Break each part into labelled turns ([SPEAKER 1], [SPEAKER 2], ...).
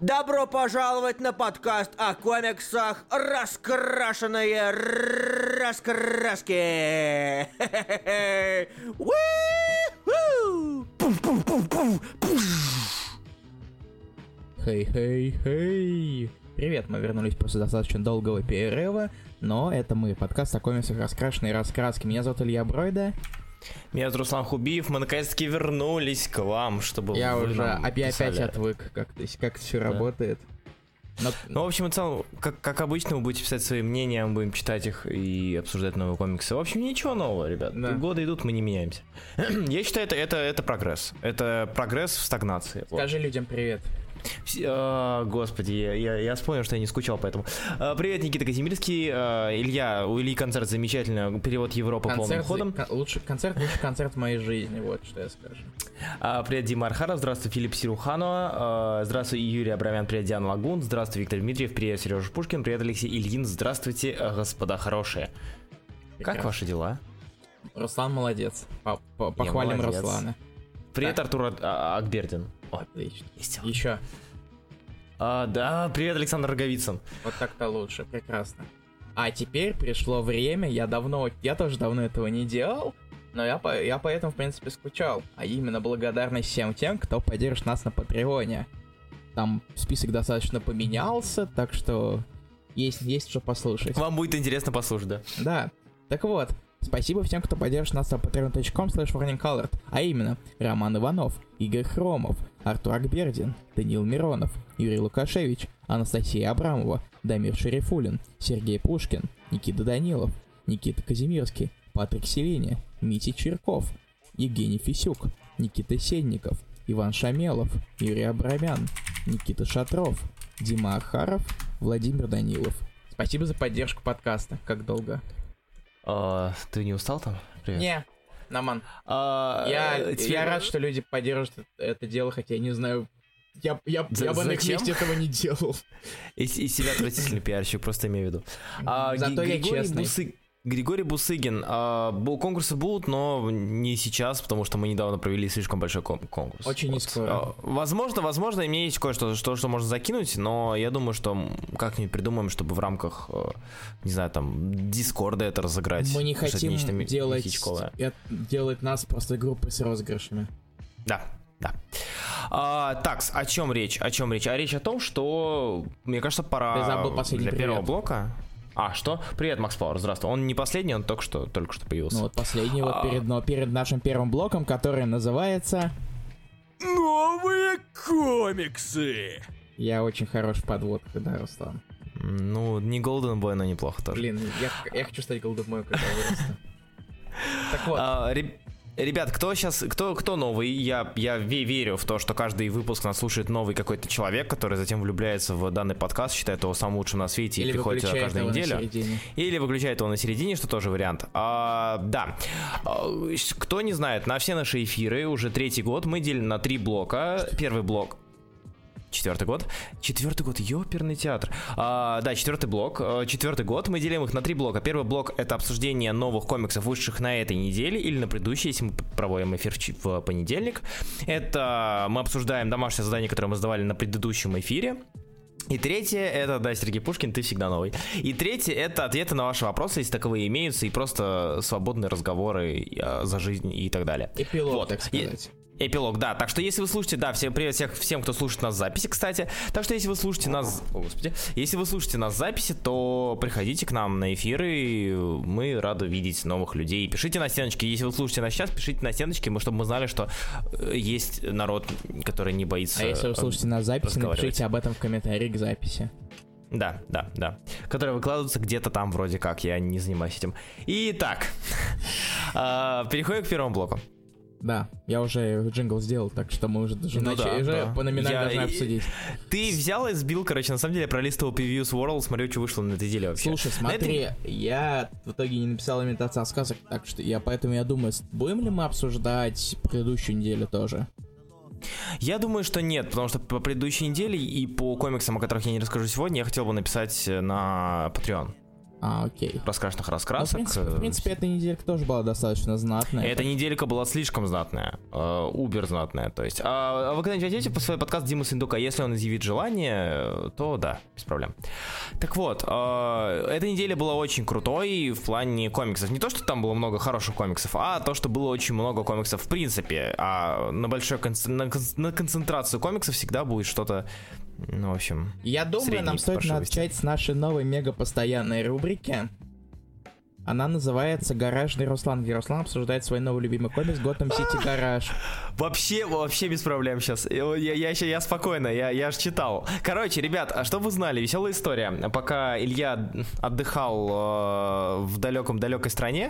[SPEAKER 1] Добро пожаловать на подкаст о комиксах «Раскрашенные раскраски».
[SPEAKER 2] Хей. Привет, мы вернулись после достаточно долгого перерыва, но это мы, подкаст о комиксах «Раскрашенные раскраски». Меня зовут Илья Бройда.
[SPEAKER 3] Меня зовут Руслан Хубиев, мы наконец-таки вернулись к вам, чтобы
[SPEAKER 2] я
[SPEAKER 3] вы
[SPEAKER 2] уже
[SPEAKER 3] нам
[SPEAKER 2] опять
[SPEAKER 3] писали.
[SPEAKER 2] отвык, как это все работает.
[SPEAKER 3] Ну, в общем и целом, как обычно, вы будете писать свои мнения, мы будем читать их и обсуждать новые комиксы. В общем, ничего нового, ребят.
[SPEAKER 2] Да.
[SPEAKER 3] Годы идут, мы не меняемся. Я считаю, это прогресс. Это прогресс в стагнации. Вот.
[SPEAKER 2] Скажи людям привет.
[SPEAKER 3] Господи, я вспомнил, что я не скучал по этому. Привет, Никита Казимирский. Илья, у Ильи концерт замечательный, перевод Европы полным ходом.
[SPEAKER 2] Лучший концерт в моей жизни, вот что я скажу.
[SPEAKER 3] Привет, Дима Архаров, здравствуй, Филипп Сируханова, здравствуй, Юрий Абрамян, привет, Диана Лагун, здравствуй, Виктор Дмитриев, привет, Сережа Пушкин, привет, Алексей Ильин, здравствуйте, господа хорошие.
[SPEAKER 2] Прекрасно.
[SPEAKER 3] Как ваши дела?
[SPEAKER 2] Руслан молодец, похвалим
[SPEAKER 3] молодец.
[SPEAKER 2] Руслана.
[SPEAKER 3] Привет,
[SPEAKER 2] Так.
[SPEAKER 3] Артур Акбердин.
[SPEAKER 2] Отлично.
[SPEAKER 3] Есть.
[SPEAKER 2] Еще.
[SPEAKER 3] Да, привет, Александр Роговицын.
[SPEAKER 2] Вот так-то лучше, прекрасно. А теперь пришло время, я тоже давно этого не делал, но я поэтому, в принципе, скучал. А именно благодарность всем тем, кто поддержит нас на Патреоне. Там список достаточно поменялся, так что есть что послушать.
[SPEAKER 3] Вам будет интересно послушать, да?
[SPEAKER 2] Да. Так вот, спасибо всем, кто поддержит нас на patreon.com/warningcolored, а именно Роман Иванов, Игорь Хромов, Артур Акбердин, Даниил Миронов, Юрий Лукашевич, Анастасия Абрамова, Дамир Шерифулин, Сергей Пушкин, Никита Данилов, Никита Казимирский, Патрик Селини, Митя Черков, Евгений Фисюк, Никита Сенников, Иван Шамелов, Юрий Абрамян, Никита Шатров, Дима Архаров, Владимир Данилов. Спасибо за поддержку подкаста. Как долго?
[SPEAKER 3] Ты не устал там? Привет.
[SPEAKER 2] Не, Наман. Я рад, что люди поддерживают это дело, хотя я не знаю. Я бы на их месте этого не делал.
[SPEAKER 3] Из себя отвратительный пиарщик, просто имею в виду.
[SPEAKER 2] Зато я честный.
[SPEAKER 3] Григорий Бусыгин. Конкурсы будут, но не сейчас, потому что мы недавно провели слишком большой конкурс.
[SPEAKER 2] Очень не скоро.
[SPEAKER 3] Возможно, у меня есть кое-что, что можно закинуть, но я думаю, что как-нибудь придумаем, чтобы в рамках, не знаю, там, Дискорда это разыграть.
[SPEAKER 2] Мы не хотим делать нас просто группой с розыгрышами.
[SPEAKER 3] Да. Так, о чем речь? А речь о том, что, мне кажется, пора
[SPEAKER 2] Ты забыл последний
[SPEAKER 3] для первого блока. Что? Привет, Макс Пауэр, здравствуй. Он не последний, он только что появился.
[SPEAKER 2] Ну вот последний перед нашим первым блоком, который называется
[SPEAKER 1] Новые комиксы.
[SPEAKER 2] Я очень хорош в подводках, да, Руслан?
[SPEAKER 3] Ну, не Golden Boy, но неплохо тоже.
[SPEAKER 2] Блин, я хочу стать Golden Boy, когда вырасту. Так вот.
[SPEAKER 3] Ребят, кто новый? Я верю в то, что каждый выпуск нас слушает новый какой-то человек, который затем влюбляется в данный подкаст, считает его самым лучшим на свете и приходит сюда каждую неделю. Или выключает его на середине, что тоже вариант. Да. Кто не знает, на все наши эфиры уже 3-й год мы делим на 3 блока. Первый блок. 4-й год, ёперный театр. Да, 4-й блок. 4-й год, мы делим их на 3 блока. Первый блок — это обсуждение новых комиксов, вышедших на этой неделе или на предыдущей, если мы проводим эфир в понедельник. Это мы обсуждаем домашнее задание, которое мы сдавали на предыдущем эфире. И третье — это, да, Сергей Пушкин, ты всегда новый. И третье — это ответы на ваши вопросы, если таковые имеются, и просто свободные разговоры за жизнь и так далее.
[SPEAKER 2] Эпилог, так сказать.
[SPEAKER 3] Эпилог, да. Так что если вы слушаете, да, привет всем, кто слушает нас в записи, кстати. Так что если вы слушаете нас, если вы слушаете нас в записи, то приходите к нам на эфиры, мы рады видеть новых людей. Пишите на стеночке, если вы слушаете нас сейчас, пишите на стеночке, чтобы мы знали, что есть народ, который не боится.
[SPEAKER 2] А если вы слушаете нас в записи, напишите об этом в комментарии к записи.
[SPEAKER 3] Да. Которые выкладываются где-то там вроде как, я не занимаюсь этим. Итак, переходим к первому блоку.
[SPEAKER 2] Да, я уже джингл сделал, так что мы уже даже по номинально должны обсудить.
[SPEAKER 3] Ты взял и сбил, на самом деле, я пролистывал Previews World, смотрю, что вышло на этой неделе вообще.
[SPEAKER 2] Слушай, смотри, я в итоге не написал имитацию сказок, так что поэтому я думаю, будем ли мы обсуждать предыдущую неделю тоже?
[SPEAKER 3] Я думаю, что нет, потому что по предыдущей неделе и по комиксам, о которых я не расскажу сегодня, я хотел бы написать на Patreon.
[SPEAKER 2] Окей.
[SPEAKER 3] Раскрашенных раскрасок.
[SPEAKER 2] В принципе, эта неделька тоже была достаточно знатная.
[SPEAKER 3] Эта неделька была слишком знатная. Убер знатная, то есть. А вы когда-нибудь хотите по свой подкаст Димы Сындука? Если он изъявит желание, то да, без проблем. Так вот, эта неделя была очень крутой в плане комиксов. Не то, что там было много хороших комиксов, а то, что было очень много комиксов в принципе. А на большой на концентрацию комиксов всегда будет что-то. Ну, в общем,
[SPEAKER 2] я думаю, нам стоит начать с нашей новой мега-постоянной рубрики. Она называется «Гаражный Руслан», где Руслан обсуждает свой новый любимый комикс «Готэм Сити Гараж».
[SPEAKER 3] Вообще без проблем сейчас. Я спокойно, я ж читал. Короче, ребят, а чтобы вы знали, веселая история. Пока Илья отдыхал в далекой стране,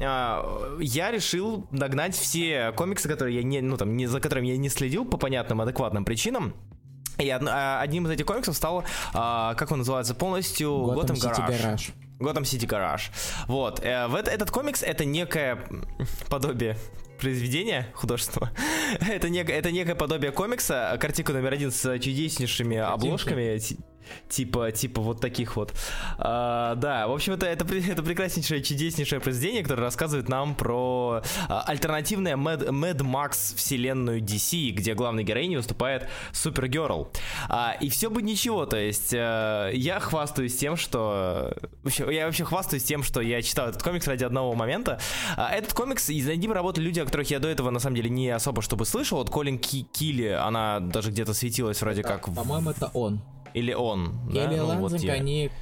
[SPEAKER 3] я решил догнать все комиксы, которые за которыми я не следил по понятным, адекватным причинам. И одним из этих комиксов стал, как он называется полностью, Готэм Гараж. Готэм Сити Гараж. Вот. Этот комикс — это некое подобие произведения художественного. это некое подобие комикса, картинка номер 1 с чудеснейшими обложками. Типа вот таких вот. Да, в общем, это прекраснейшее, чудеснейшее произведение, которое рассказывает нам про альтернативное Mad Max вселенную DC, где главной героиней выступает Супергерл. И все бы ничего, то есть я хвастаюсь тем, что... Я вообще хвастаюсь тем, что я читал этот комикс ради одного момента. Этот комикс, и над ним работали люди, о которых я до этого, на самом деле, не особо чтобы слышал. Вот Колин Килли, она даже где-то светилась вроде как...
[SPEAKER 2] По-моему, это он.
[SPEAKER 3] Или он.
[SPEAKER 2] Келли Ланзинг,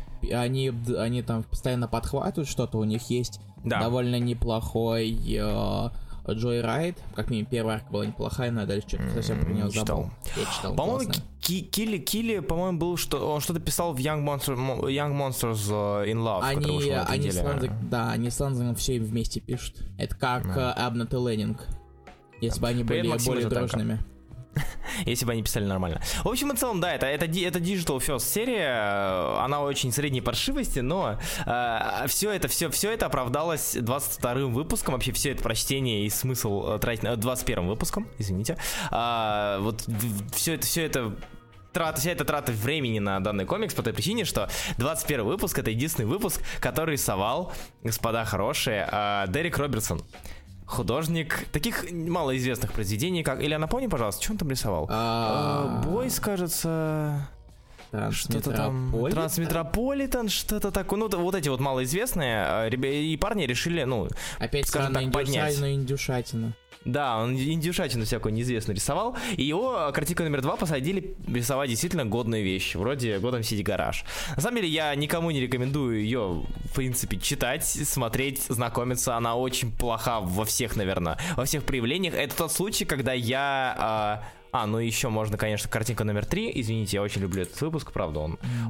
[SPEAKER 2] они там постоянно подхватывают что-то, у них есть довольно неплохой Джой Райд, как минимум первая арка была неплохая, но я дальше что-то совсем про него забыл. Я читал.
[SPEAKER 3] По-моему, Килли, по-моему, был, что он что-то писал в Young Monsters in Love.
[SPEAKER 2] Они с Ланзингом все вместе пишут. Это как Абнет и Леннинг, если бы они были более дружными.
[SPEAKER 3] Если бы они писали нормально. В общем и целом, да, это Digital First серия. Она очень средней паршивости, но все это оправдалось 22-м выпуском. Вообще все это прочтение и смысл тратить 21-м выпуском, извините. Вот вся эта трата времени на данный комикс по той причине, что 21 выпуск — это единственный выпуск, который рисовал, господа хорошие, Дерек Робертсон. Художник таких малоизвестных произведений, как... Илья, напомни, пожалуйста, что он там рисовал? Бойс, кажется... Что-то там... Трансметрополитен, что-то такое. Ну, вот эти вот малоизвестные и парни решили,
[SPEAKER 2] опять скажем так, поднять. Индюшатина.
[SPEAKER 3] Да, он индюшатину всякую неизвестно рисовал, и его картинку номер 2 посадили рисовать действительно годные вещи, вроде Готэм Сити Гараж. На самом деле, я никому не рекомендую ее, в принципе, читать, смотреть, знакомиться. Она очень плоха во всех проявлениях. Это тот случай, когда я... еще можно, конечно, картинка номер 3. Извините, я очень люблю этот выпуск, правда,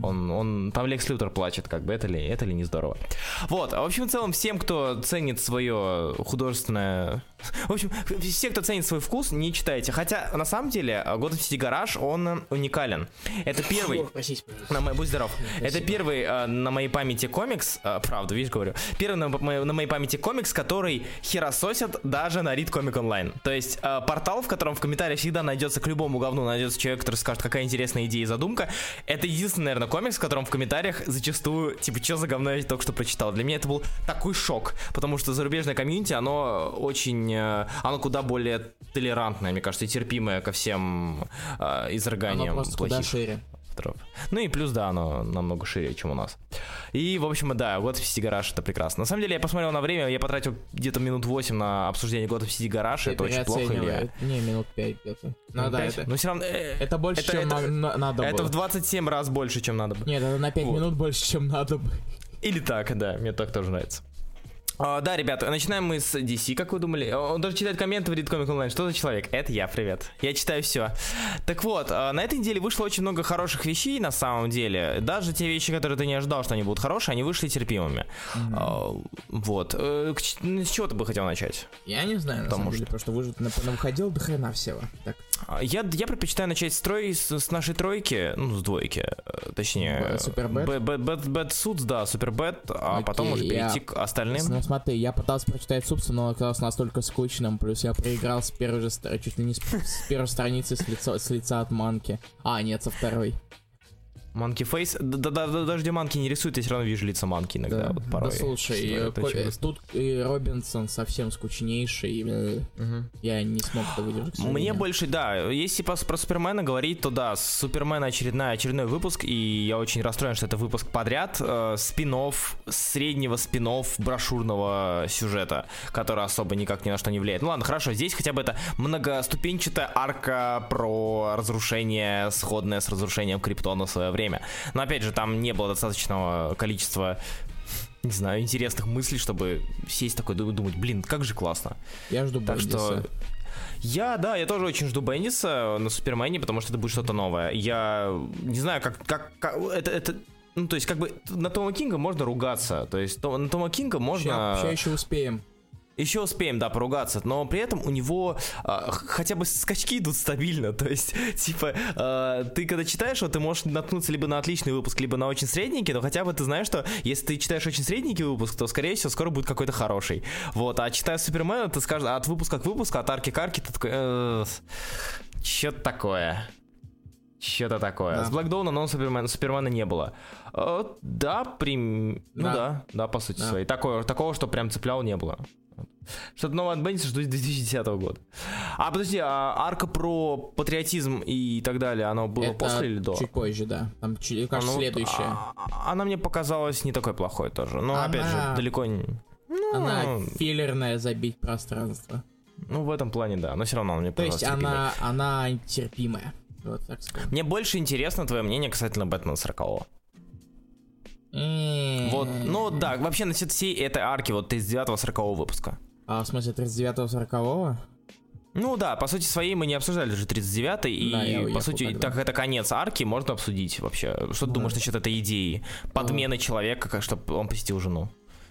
[SPEAKER 3] он там Лекс Лютер плачет, как бы, это ли не здорово. Вот, в общем, в целом, всем, кто ценит свое художественное... В общем, все, кто ценит свой вкус, не читайте. Хотя, на самом деле, Готэм Сити Гараж, он уникален. Это первый... Будь здоров. Это первый на моей памяти комикс, правда, видишь, говорю, первый на моей памяти комикс, который херососят даже на Read Comic Online. То есть, портал, в котором в комментариях всегда найдется, к любому говну найдется человек, который скажет, какая интересная идея и задумка. Это единственный, наверное, комикс, в котором в комментариях зачастую, типа, что за говно я только что прочитал. Для меня это был такой шок, потому что зарубежное комьюнити, оно куда более толерантное, мне кажется, и терпимое ко всем изрыганиям плохих.
[SPEAKER 2] Куда шире.
[SPEAKER 3] Ну и плюс, да, оно намного шире, чем у нас. И, в общем, да, Готэм Сити Гараж — это прекрасно. На самом деле, я посмотрел на время, я потратил где-то минут 8 на обсуждение Готэм Сити Гараж. Это очень плохо, или...
[SPEAKER 2] Не, минут 5 где-то. Ну да,
[SPEAKER 3] но все равно...
[SPEAKER 2] Это больше, чем надо было.
[SPEAKER 3] Это в 27 раз больше, чем надо было.
[SPEAKER 2] Нет, это на 5 минут больше, чем надо было.
[SPEAKER 3] Или так, да, мне так тоже нравится. Да, ребята, начинаем мы с DC, как вы думали. Он даже читает комменты в Read Comic Online. Что за человек? Это я, привет. Я читаю все. Так вот, на этой неделе вышло очень много хороших вещей, на самом деле. Даже те вещи, которые ты не ожидал, что они будут хорошие, они вышли терпимыми. Вот. С чего ты бы хотел начать?
[SPEAKER 2] Я не знаю, на самом деле, просто выходил до хрена всего. Так.
[SPEAKER 3] Я предпочитаю начать с нашей тройки, с двойки, точнее.
[SPEAKER 2] Супербэт?
[SPEAKER 3] Bad Suits, да, Супербэт, а потом уже перейти к остальным.
[SPEAKER 2] Смотри, я пытался прочитать Супса, но оказалось настолько скучным, плюс я проиграл с первой же, чуть ли не с первой страницы с лица от манки. Нет, со второй.
[SPEAKER 3] Monkey Face. Даже где Манки не рисует, я все равно вижу лица Манки иногда.
[SPEAKER 2] Да,
[SPEAKER 3] вот порой.
[SPEAKER 2] Да слушай, тут Робинсон совсем скучнейший. Я не смог это выдержать.
[SPEAKER 3] Мне больше, да, если про Супермена говорить, то да, Супермен очередной выпуск, и я очень расстроен, что это выпуск подряд. Спин-офф, среднего спин-офф брошюрного сюжета, который особо никак ни на что не влияет. Ну ладно, хорошо, здесь хотя бы это многоступенчатая арка про разрушение, сходное с разрушением Криптона в свое время. Но опять же, там не было достаточного количества, не знаю, интересных мыслей, чтобы сесть такой думать, блин, как же классно.
[SPEAKER 2] Я жду Бендиса.
[SPEAKER 3] Я тоже очень жду Бендиса на Супермене, потому что это будет что-то новое. Я не знаю, как это. Ну, то есть, как бы на Тома Кинга можно ругаться. То есть, на Тома Кинга можно.
[SPEAKER 2] Сейчас еще успеем.
[SPEAKER 3] Еще успеем, да, поругаться, но при этом у него хотя бы скачки идут стабильно, то есть, типа, ты когда читаешь его, ты можешь наткнуться либо на отличный выпуск, либо на очень средненький, но хотя бы ты знаешь, что если ты читаешь очень средненький выпуск, то, скорее всего, скоро будет какой-то хороший. Вот, а читая Супермена, ты скажешь, от выпуска к выпуску, от арки к арке, ты такой, что-то такое. Что-то такое. Да. С Black Dawn, но Супермена не было. Да, по сути своей. Такого, что прям цеплял, не было. Что-то новое от Бендиса жду с 2010 года. Подожди, арка про патриотизм и так далее, оно было это после или до?
[SPEAKER 2] Чуть позже, да. Там, кажется, следующее.
[SPEAKER 3] Она мне показалась не такой плохой тоже. Но, опять же, далеко не...
[SPEAKER 2] Она филлерная, забить пространство.
[SPEAKER 3] Ну, в этом плане, да. Но все равно она мне показалась терпимой.
[SPEAKER 2] То есть она терпимая. Вот так сказать.
[SPEAKER 3] Мне больше интересно твое мнение касательно Бэтмена 40-го. Вот, ну да, вообще насчет всей этой арки, вот 39-го 40-го выпуска.
[SPEAKER 2] В смысле 39-го 40-го?
[SPEAKER 3] Ну да, по сути своей мы не обсуждали же 39-й, и по сути, так как это конец арки, можно обсудить вообще. Что ты думаешь насчет этой идеи? Подмены человека, чтобы он посетил жену?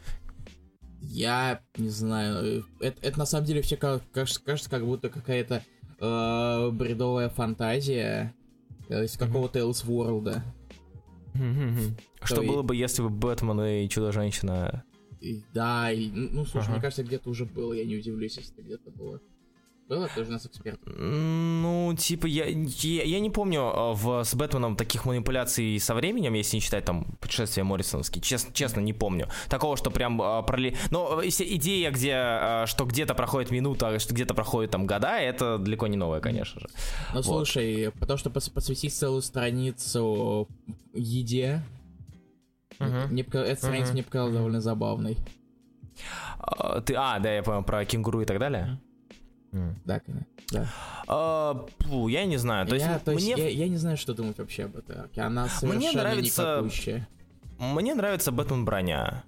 [SPEAKER 2] Я не знаю, это на самом деле все кажется как будто какая-то бредовая фантазия из какого-то Элсворлда.
[SPEAKER 3] Что было бы, если бы Бэтмен и Чудо-женщина...
[SPEAKER 2] Да, слушай, мне кажется, где-то уже было, я не удивлюсь, если это где-то было. Было, ты же у нас эксперт.
[SPEAKER 3] Ну, типа, я не помню с Бэтменом таких манипуляций со временем, если не считать там путешествия Моррисоновские. Честно, не помню. Такого, что прям Но идея, что где-то проходит минута, а что где-то проходит там года, это далеко не новое, конечно же.
[SPEAKER 2] Ну, слушай, потому что посвятить целую страницу еде, эта страница мне показалась довольно забавной.
[SPEAKER 3] Да, я понял, про кенгуру и так далее?
[SPEAKER 2] Да, конечно. Да.
[SPEAKER 3] Я не знаю.
[SPEAKER 2] Я не знаю, что думать вообще об этой арке. Она совершенно никакущая.
[SPEAKER 3] Мне нравится Бэтмен броня.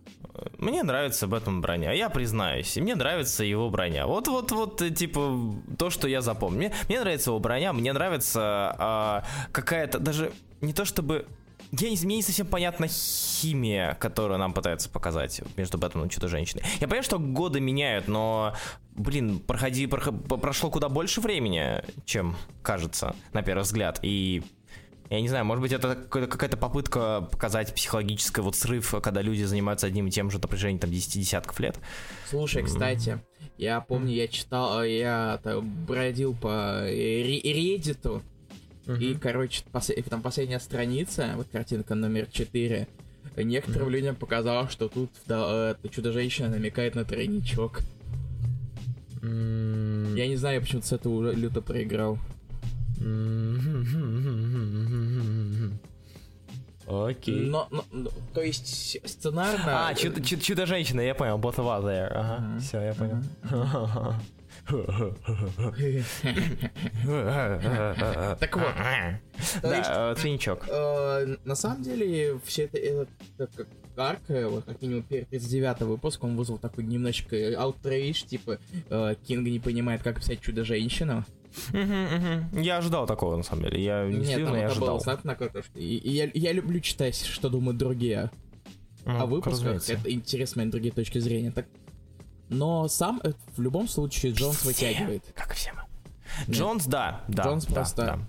[SPEAKER 3] Я признаюсь. Мне нравится его броня. Вот, типа, то, что я запомнил. Мне нравится его броня, мне нравится какая-то, даже не то чтобы... Мне не совсем понятна химия, которую нам пытаются показать между Бэтменом и Чудо-женщиной. Я понимаю, что годы меняют, но, прошло куда больше времени, чем кажется, на первый взгляд. И я не знаю, может быть, это какая-то попытка показать психологический срыв, когда люди занимаются одним и тем же на протяжении там 10 десятков лет.
[SPEAKER 2] Слушай, кстати, я помню, я читал, я бродил по Reddit'у. И, короче, там последняя страница, вот картинка номер 4. Некоторым людям показалось, что тут Чудо-женщина намекает на тройничок. Я не знаю, я почему-то с этого уже люто проиграл.
[SPEAKER 3] Окей.
[SPEAKER 2] Но, то есть, сценарно...
[SPEAKER 3] Чудо-женщина, я понял, both of us there. Ага, все, я понял.
[SPEAKER 2] Так вот.
[SPEAKER 3] Да, тройничок.
[SPEAKER 2] На самом деле, все это арка, вот как минимум перед 39-й выпуском, он вызвал такой немножечко outrage, типа Кинг не понимает, как писать Чудо-женщину.
[SPEAKER 3] Я ожидал такого, на самом деле. Я не сильно, я ожидал.
[SPEAKER 2] Я люблю читать, что думают другие о выпусках. Это интересно с другие точки зрения. Но сам в любом случае Джонс вытягивает.
[SPEAKER 3] Как и все мы. Джонс, да.
[SPEAKER 2] Джонс просто...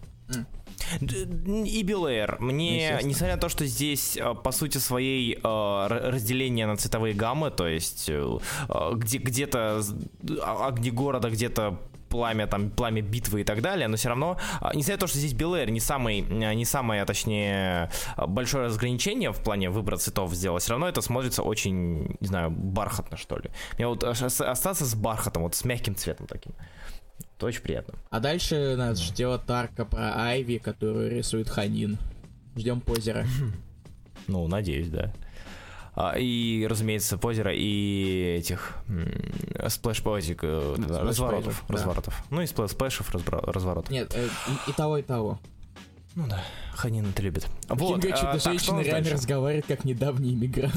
[SPEAKER 3] И Билл Эйр. Мне, несмотря на то, что здесь, по сути своей, разделение на цветовые гаммы, то есть где-то огни города, где-то пламя битвы и так далее, но все равно, несмотря на то, что здесь Белэйр не самое, точнее, большое разграничение в плане выбора цветов сделать, все равно это смотрится очень, не знаю, бархатно, что ли. Мне вот остаться с бархатом, вот с мягким цветом таким. Это очень приятно.
[SPEAKER 2] А дальше нас ждет арка про Айви, которую рисует Ханин. Ждем позера.
[SPEAKER 3] Ну, надеюсь, да. И, разумеется, позера и этих сплэш-позик, разворотов. Ну и сплэшев, разворотов.
[SPEAKER 2] Нет, и того.
[SPEAKER 3] Ну да, Ханин это любит. Вот,
[SPEAKER 2] женщина реально разговаривает как недавний иммигрант.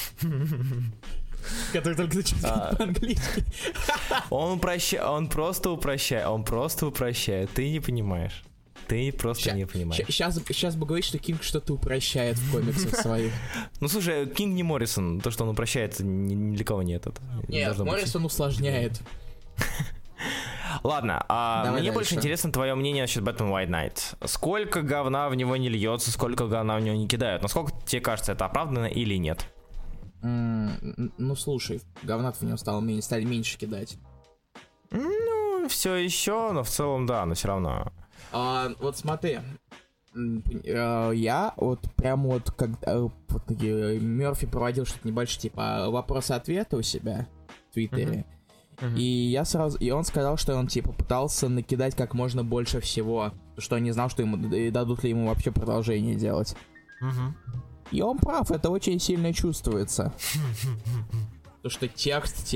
[SPEAKER 2] Который только начинает по-английски.
[SPEAKER 3] Он просто упрощает. Ты не понимаешь. Ты просто не понимаешь.
[SPEAKER 2] Сейчас бы говорить, что Кинг что-то упрощает в комиксах своих.
[SPEAKER 3] Ну слушай, Кинг не Моррисон. То, что он упрощает, ни для кого нет.
[SPEAKER 2] Нет, Моррисон усложняет.
[SPEAKER 3] Ладно, мне больше интересно твое мнение насчет Бэтмен White Knight. Сколько говна в него не льется, сколько говна в него не кидают. Насколько тебе кажется, это оправдано или нет?
[SPEAKER 2] Ну слушай, говна-то в него стали меньше кидать.
[SPEAKER 3] Ну, все еще, но в целом да, но все равно.
[SPEAKER 2] Вот смотри, я вот прям вот когда Мёрфи проводил что-то небольшое, типа вопросы-ответы у себя в Твиттере, и он сказал, что он типа пытался накидать как можно больше всего, что не знал, что ему дадут ли ему вообще продолжение делать. И он прав, это очень сильно чувствуется. То, что текст.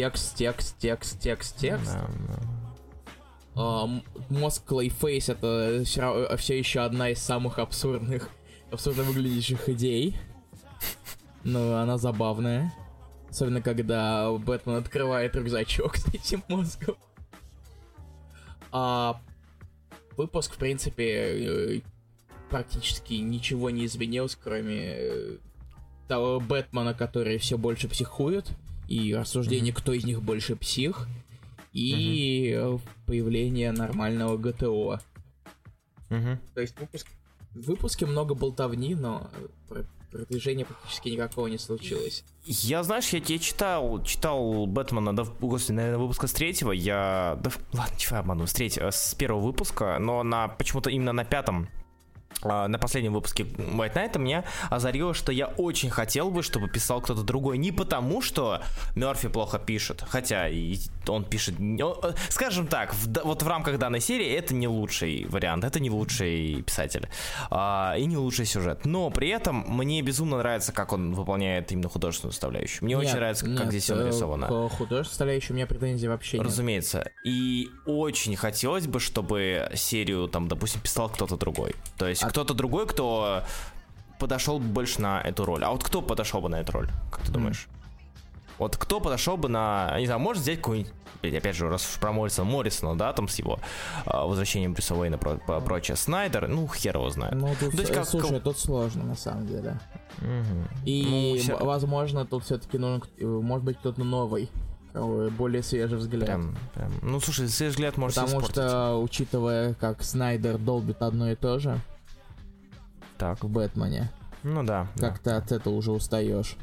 [SPEAKER 2] Мозг Клейфейс — это все еще одна из самых абсурдно выглядящих идей. Но она забавная. Особенно, когда Бэтмен открывает рюкзачок с этим мозгом. Выпуск, в принципе, практически ничего не изменилось, кроме того Бэтмена, который все больше психует, и рассуждение, кто из них больше псих, и появление нормального ГТО. То есть в выпуске много болтовни, но продвижения практически никакого не случилось.
[SPEAKER 3] Я, знаешь, я читал Бэтмена, наверное, выпуска с 3-го, ладно, чего я обману, с первого выпуска, но почему-то именно на 5-м, на последнем выпуске White Knight меня озарило, что я очень хотел бы, чтобы писал кто-то другой. Не потому, что Мёрфи плохо пишет, хотя и он пишет... Скажем так, вот в рамках данной серии это не лучший вариант, это не лучший писатель и не лучший сюжет. Но при этом мне безумно нравится, как он выполняет именно художественную составляющую. Мне очень нравится, как здесь все нарисовано.
[SPEAKER 2] По художественной составляющей у меня претензий вообще нет.
[SPEAKER 3] Разумеется. И очень хотелось бы, чтобы серию, там, допустим, писал кто-то другой. То есть кто-то другой, кто подошел бы больше на эту роль. А вот кто подошел бы на эту роль, как ты думаешь? Вот кто подошел бы на... Не знаю, может взять какой-нибудь... Опять же, раз уж про Моррисона, да, там с его возвращением Брюса Уэйна и прочее. Снайдер, хер его знает.
[SPEAKER 2] Ну, тут, слушай, тут сложно, на самом деле. И, возможно, тут все-таки нужен, может быть, кто-то новый. Более свежий взгляд.
[SPEAKER 3] Прям. Ну, слушай, свежий взгляд может
[SPEAKER 2] Потому что, учитывая, как Снайдер долбит одно и то же
[SPEAKER 3] так.
[SPEAKER 2] В Бэтмене.
[SPEAKER 3] Ну да.
[SPEAKER 2] Как-то от этого уже устаешь.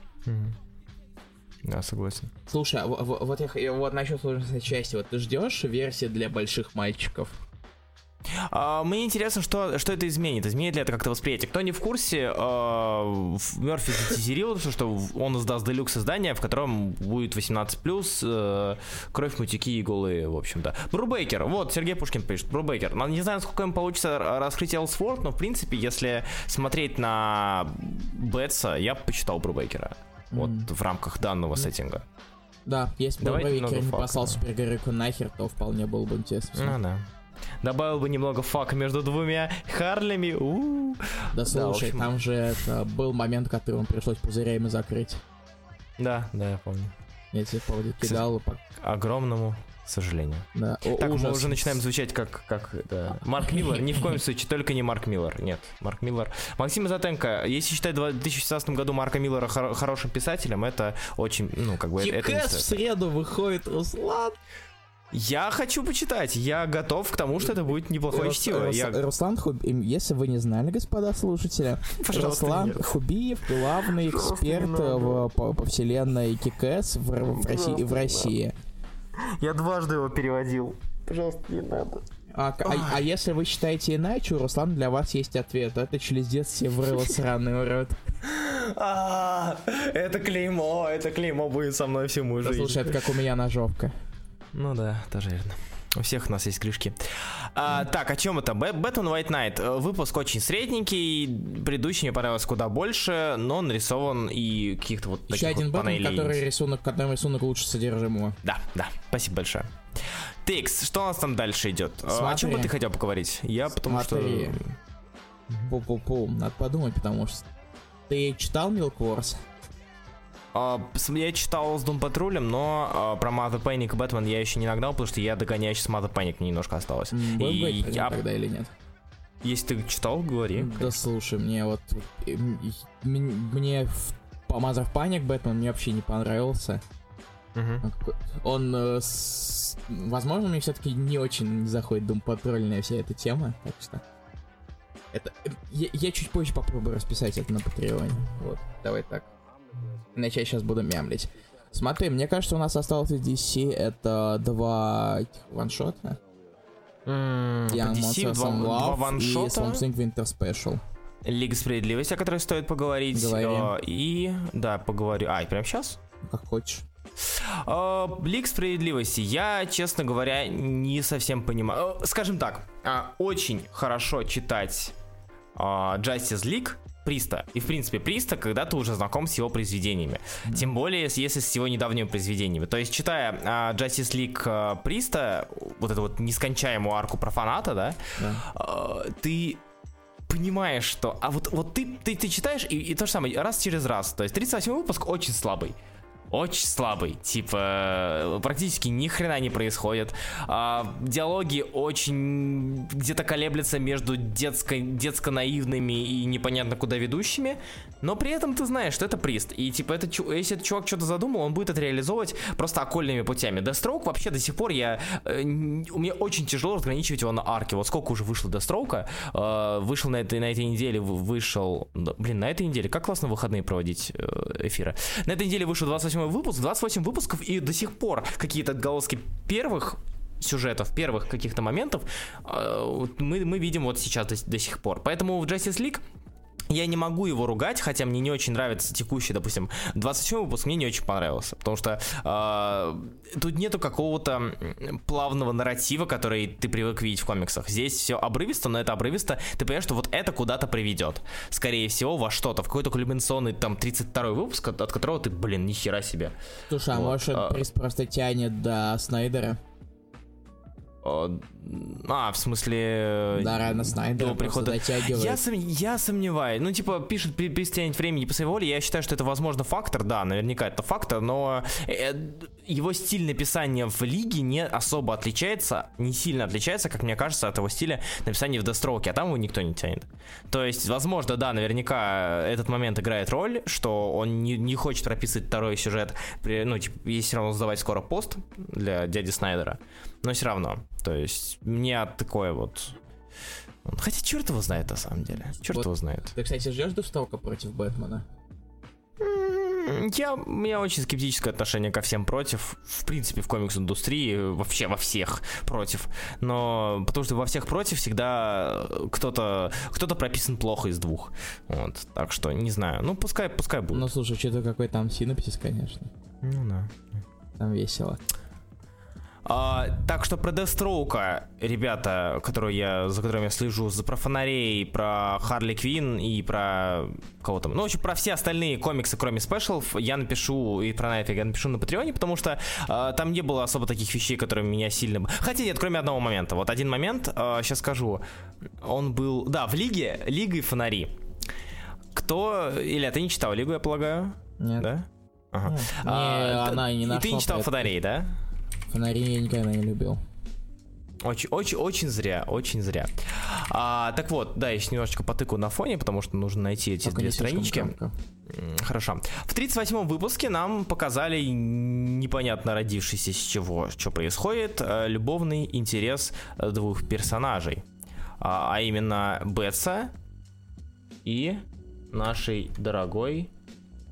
[SPEAKER 3] Да, согласен.
[SPEAKER 2] Слушай, вот насчет сложной части, вот ты ждешь версии для больших мальчиков?
[SPEAKER 3] Мне интересно, что это изменит. Изменит ли это как-то восприятие? Кто не в курсе, Мёрфи затизерил, что он издаст делюкс издание, в котором будет 18+, кровь, мутики и голые, в общем-то. Брубейкер, вот, Сергей Пушкин пишет, Брубейкер. Не знаю, насколько им получится раскрыть Элсворт, но, в принципе, если смотреть на Бэтса, я бы почитал Брубейкера. Вот, в рамках данного сеттинга.
[SPEAKER 2] Да, если бы Брубейкер не послал супергероику нахер, то вполне было бы интересно.
[SPEAKER 3] Ну да. Добавил бы немного фака между двумя Харлями.
[SPEAKER 2] Да слушай, там же был момент, который ему пришлось пузырями закрыть.
[SPEAKER 3] Да, я помню.
[SPEAKER 2] Я тебе кидал.
[SPEAKER 3] К огромному сожалению.
[SPEAKER 2] Да.
[SPEAKER 3] Так, мы уже начинаем звучать как Марк Миллер. Ни в коем случае, только не Марк Миллер. Нет, Марк Миллер. Максим Изотенко, если считать в 2016 году Марка Миллера хорошим писателем, это очень,
[SPEAKER 2] Кикэс в среду выходит, Руслан.
[SPEAKER 3] Я хочу почитать, я готов к тому, что это будет неплохое чтиво.
[SPEAKER 2] Руслан Хубиев, если вы не знали, господа слушатели, Руслан Хубиев, главный эксперт по вселенной Кикэс в России.
[SPEAKER 3] Я дважды его переводил. Пожалуйста, не надо.
[SPEAKER 2] А если вы считаете иначе, у Руслана для вас есть ответ. Это через детство врыло сраный урод.
[SPEAKER 3] Это клеймо будет со мной всю мою жизнь.
[SPEAKER 2] Слушай, это как у меня ножовка.
[SPEAKER 3] Ну да, тоже верно. У всех у нас есть крышки. Так, о чем это? Batman White Knight. Выпуск очень средненький. Предыдущий мне понравился куда больше, но нарисован и каких-то вот таких
[SPEAKER 2] еще один
[SPEAKER 3] вот
[SPEAKER 2] Бэтмен, который рисунок лучше содержимого.
[SPEAKER 3] Да, спасибо большое. Текс, что у нас там дальше идет?
[SPEAKER 2] Смотри.
[SPEAKER 3] О чем бы ты хотел поговорить? Потому что...
[SPEAKER 2] Надо подумать, потому что... Ты читал Milk Wars?
[SPEAKER 3] Я читал с Doom Патрулем, но про Mother Panic и Бэтмен я еще не нагнал, потому что я догоняю сейчас Mother Panic, мне немножко осталось.
[SPEAKER 2] Будет тогда или нет?
[SPEAKER 3] Если ты читал, говори.
[SPEAKER 2] Да слушай, мне вот... Мне по Mother Panic Бэтмен мне вообще не понравился. Он... Возможно, мне все-таки не очень заходит Doom Патрульная вся эта тема, так что... Я чуть позже попробую расписать это на Патреоне. Вот, давай так. Иначе я сейчас буду мямлить. Смотри, мне кажется, у нас осталось из DC это 2 ваншота.
[SPEAKER 3] DC 2 ваншота.
[SPEAKER 2] И Something Winter Special.
[SPEAKER 3] Лига Справедливости, о которой стоит поговорить. Да, поговорю. И прямо сейчас?
[SPEAKER 2] Как хочешь.
[SPEAKER 3] Лига Справедливости. Я, честно говоря, не совсем понимаю. Скажем так, очень хорошо читать Justice League Приста. И, в принципе, Приста, когда ты уже знаком с его произведениями. Тем более, если с его недавними произведениями. То есть, читая Justice League Приста, вот эту вот нескончаемую арку про фаната, да. Ты понимаешь, что... вот ты читаешь, и то же самое, раз через раз. То есть, 38-й выпуск очень слабый. Очень слабый, типа практически ни хрена не происходит. Диалоги очень где-то колеблются между детско-наивными и непонятно куда ведущими, но при этом ты знаешь, что это Прист. И типа если этот чувак что-то задумал, он будет это реализовывать просто окольными путями. Deathstroke вообще до сих пор мне очень тяжело разграничивать его на арке. Вот сколько уже вышло Deathstroke, вышел на этой неделе, на этой неделе, как классно выходные проводить эфиры. На этой неделе вышел 28 выпуск, 28 выпусков, и до сих пор какие-то отголоски первых сюжетов, первых каких-то моментов мы видим вот сейчас до сих пор. Поэтому в Justice League я не могу его ругать, хотя мне не очень нравится текущий, допустим, 27 выпуск, мне не очень понравился, потому что тут нету какого-то плавного нарратива, который ты привык видеть в комиксах. Здесь все обрывисто, но это обрывисто, ты понимаешь, что вот это куда-то приведет. Скорее всего, во что-то, в какой-то кулиминационный, там, 32-й выпуск, от которого ты, нихера себе.
[SPEAKER 2] Слушай, может, Прист просто тянет до Снайдера?
[SPEAKER 3] В смысле...
[SPEAKER 2] Да, рано Снайдера
[SPEAKER 3] до прихода. Я сомневаюсь. Ну, типа, пишет перестянет времени по своей воле. Я считаю, что это, возможно, фактор. Да, наверняка это фактор, но его стиль написания в Лиге не особо отличается, не сильно отличается, как мне кажется, от его стиля написания в Deathstroke, а там его никто не тянет. То есть, возможно, да, наверняка этот момент играет роль, что он не хочет прописывать второй сюжет, есть все равно сдавать скоро пост для дяди Снайдера, но все равно. То есть, мне такое вот... Хотя черт его знает, на самом деле. Черт его знает.
[SPEAKER 2] Ты, кстати, ждешь Deathstroke против Бэтмена?
[SPEAKER 3] У меня очень скептическое отношение ко всем против. В принципе, в комикс-индустрии, вообще во всех против. Но потому что во всех против всегда кто-то прописан плохо из двух. Вот. Так что, не знаю. Ну, пускай будет.
[SPEAKER 2] Ну, слушай, учитывая, какой там синопсис, конечно.
[SPEAKER 3] Ну, да.
[SPEAKER 2] Там весело.
[SPEAKER 3] Так что про Deathstroke, ребята, за которыми я слежу, про фонарей, про Харли Квинн и про кого там, в общем, про все остальные комиксы, кроме спешалов, я напишу, и про Найтвинга я напишу на Патреоне, потому что там не было особо таких вещей, которые меня сильно... Хотя нет, кроме одного момента. Вот один момент, сейчас скажу. Он был... Да, в Лига и фонари. Илья, ты не читал Лигу, я полагаю?
[SPEAKER 2] Нет.
[SPEAKER 3] Да? Ага.
[SPEAKER 2] Она и не нашла.
[SPEAKER 3] И ты не читал фонарей, да?
[SPEAKER 2] Фонари я никогда не любил.
[SPEAKER 3] Очень зря. Так вот, да, я еще немножечко потыкаю на фоне, потому что нужно найти эти две странички. Хорошо. В 38-м выпуске нам показали непонятно родившийся с чего, что происходит, любовный интерес двух персонажей. А именно Бетса и нашей дорогой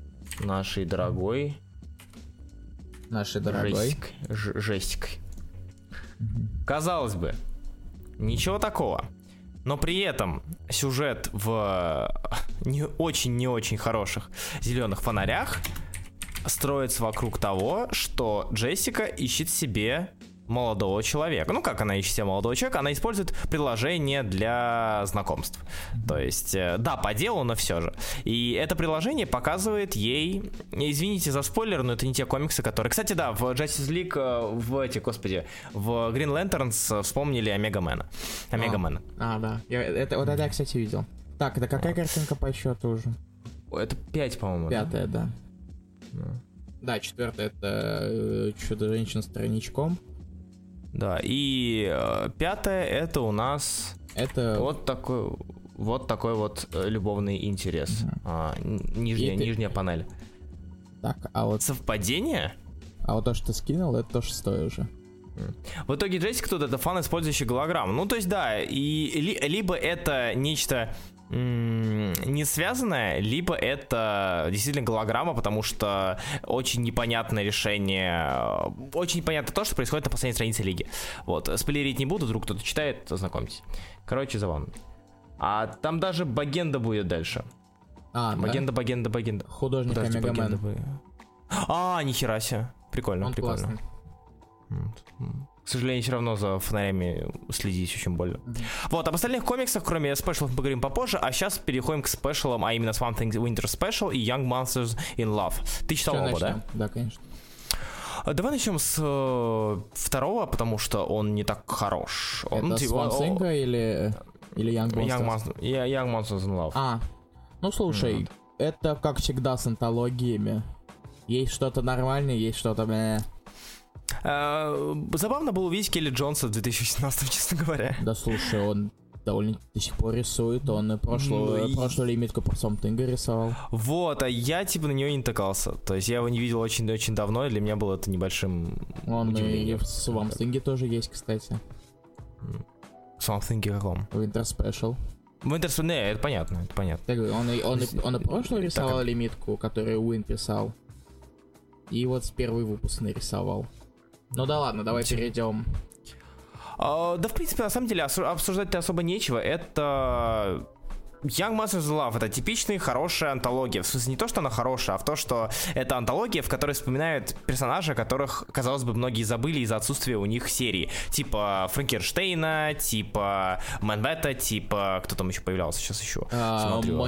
[SPEAKER 3] Жестикой. Казалось бы, ничего такого. Но при этом сюжет в не очень хороших зеленых фонарях строится вокруг того, что Джессика ищет себе молодого человека. Ну, как она ищет себе молодого человека? Она использует приложение для знакомств. То есть, да, по делу, но все же. И это приложение показывает ей... Извините за спойлер, но это не те комиксы, которые... Кстати, да, в Justice League, в Green Lanterns вспомнили Омега-Мэна.
[SPEAKER 2] Да. Это я, кстати, видел. Так, это какая картинка по счету уже?
[SPEAKER 3] Это 5, по-моему.
[SPEAKER 2] 5, да. Да, 4 это Чудо-женщина с тройничком.
[SPEAKER 3] Да, и 5 это у нас
[SPEAKER 2] это
[SPEAKER 3] вот такой вот любовный интерес. Нижняя панель.
[SPEAKER 2] Так, а вот
[SPEAKER 3] совпадение?
[SPEAKER 2] А вот то, что ты скинул, это то 6 уже.
[SPEAKER 3] В итоге Джессика тут это фан, использующий голограмму. Ну, то есть, да, и либо это нечто не связанное, либо это действительно голограмма, потому что очень непонятное решение, очень непонятно то, что происходит на последней странице Лиги. Вот, спойлерить не буду, вдруг кто-то читает, знакомьтесь. Короче, забавно. А там даже Багенда будет дальше. Багенда.
[SPEAKER 2] Художник Омега-Мен.
[SPEAKER 3] Нихера себе. Прикольно,
[SPEAKER 2] он
[SPEAKER 3] прикольно.
[SPEAKER 2] Классный.
[SPEAKER 3] К сожалению, все равно за фонарями следить очень больно. Вот, об остальных комиксах, кроме спешалов, мы поговорим попозже, а сейчас переходим к спешалам, а именно Swamp Thing Winter Special и Young Monsters in Love. Ты читал оба, да?
[SPEAKER 2] Да, конечно.
[SPEAKER 3] Давай начнем с второго, потому что он не так хорош.
[SPEAKER 2] Это Swamp Thing или Young Monsters?
[SPEAKER 3] Young Monsters in Love.
[SPEAKER 2] Ну слушай, это как всегда с антологиями. Есть что-то нормальное, есть что-то...
[SPEAKER 3] Забавно было увидеть Келли Джонса в 2018, честно говоря.
[SPEAKER 2] Да слушай, он довольно до сих пор рисует, он прошлую лимитку по Swamp Thing рисовал.
[SPEAKER 3] Вот, а я типа на него не натыкался. То есть я его не видел очень-очень давно, и для меня было это небольшим удивлением.
[SPEAKER 2] И в Swamp Thing тоже есть, кстати.
[SPEAKER 3] Swamp Thing каком?
[SPEAKER 2] Winter Special.
[SPEAKER 3] Это понятно, это понятно.
[SPEAKER 2] Он и прошлую рисовал лимитку, которую Уин писал. И вот с первый выпуск нарисовал. Ну да ладно, давай перейдем.
[SPEAKER 3] Да, в принципе, на самом деле, обсуждать-то особо нечего. Это Young Monsters in Love — это типичная хорошая антология. В смысле, не то, что она хорошая, а в то, что это антология, в которой вспоминают персонажей, которых, казалось бы, многие забыли из-за отсутствия у них серии. Типа Франкенштейна, типа Мэнбета, типа... Кто там еще появлялся? Сейчас еще смотрю.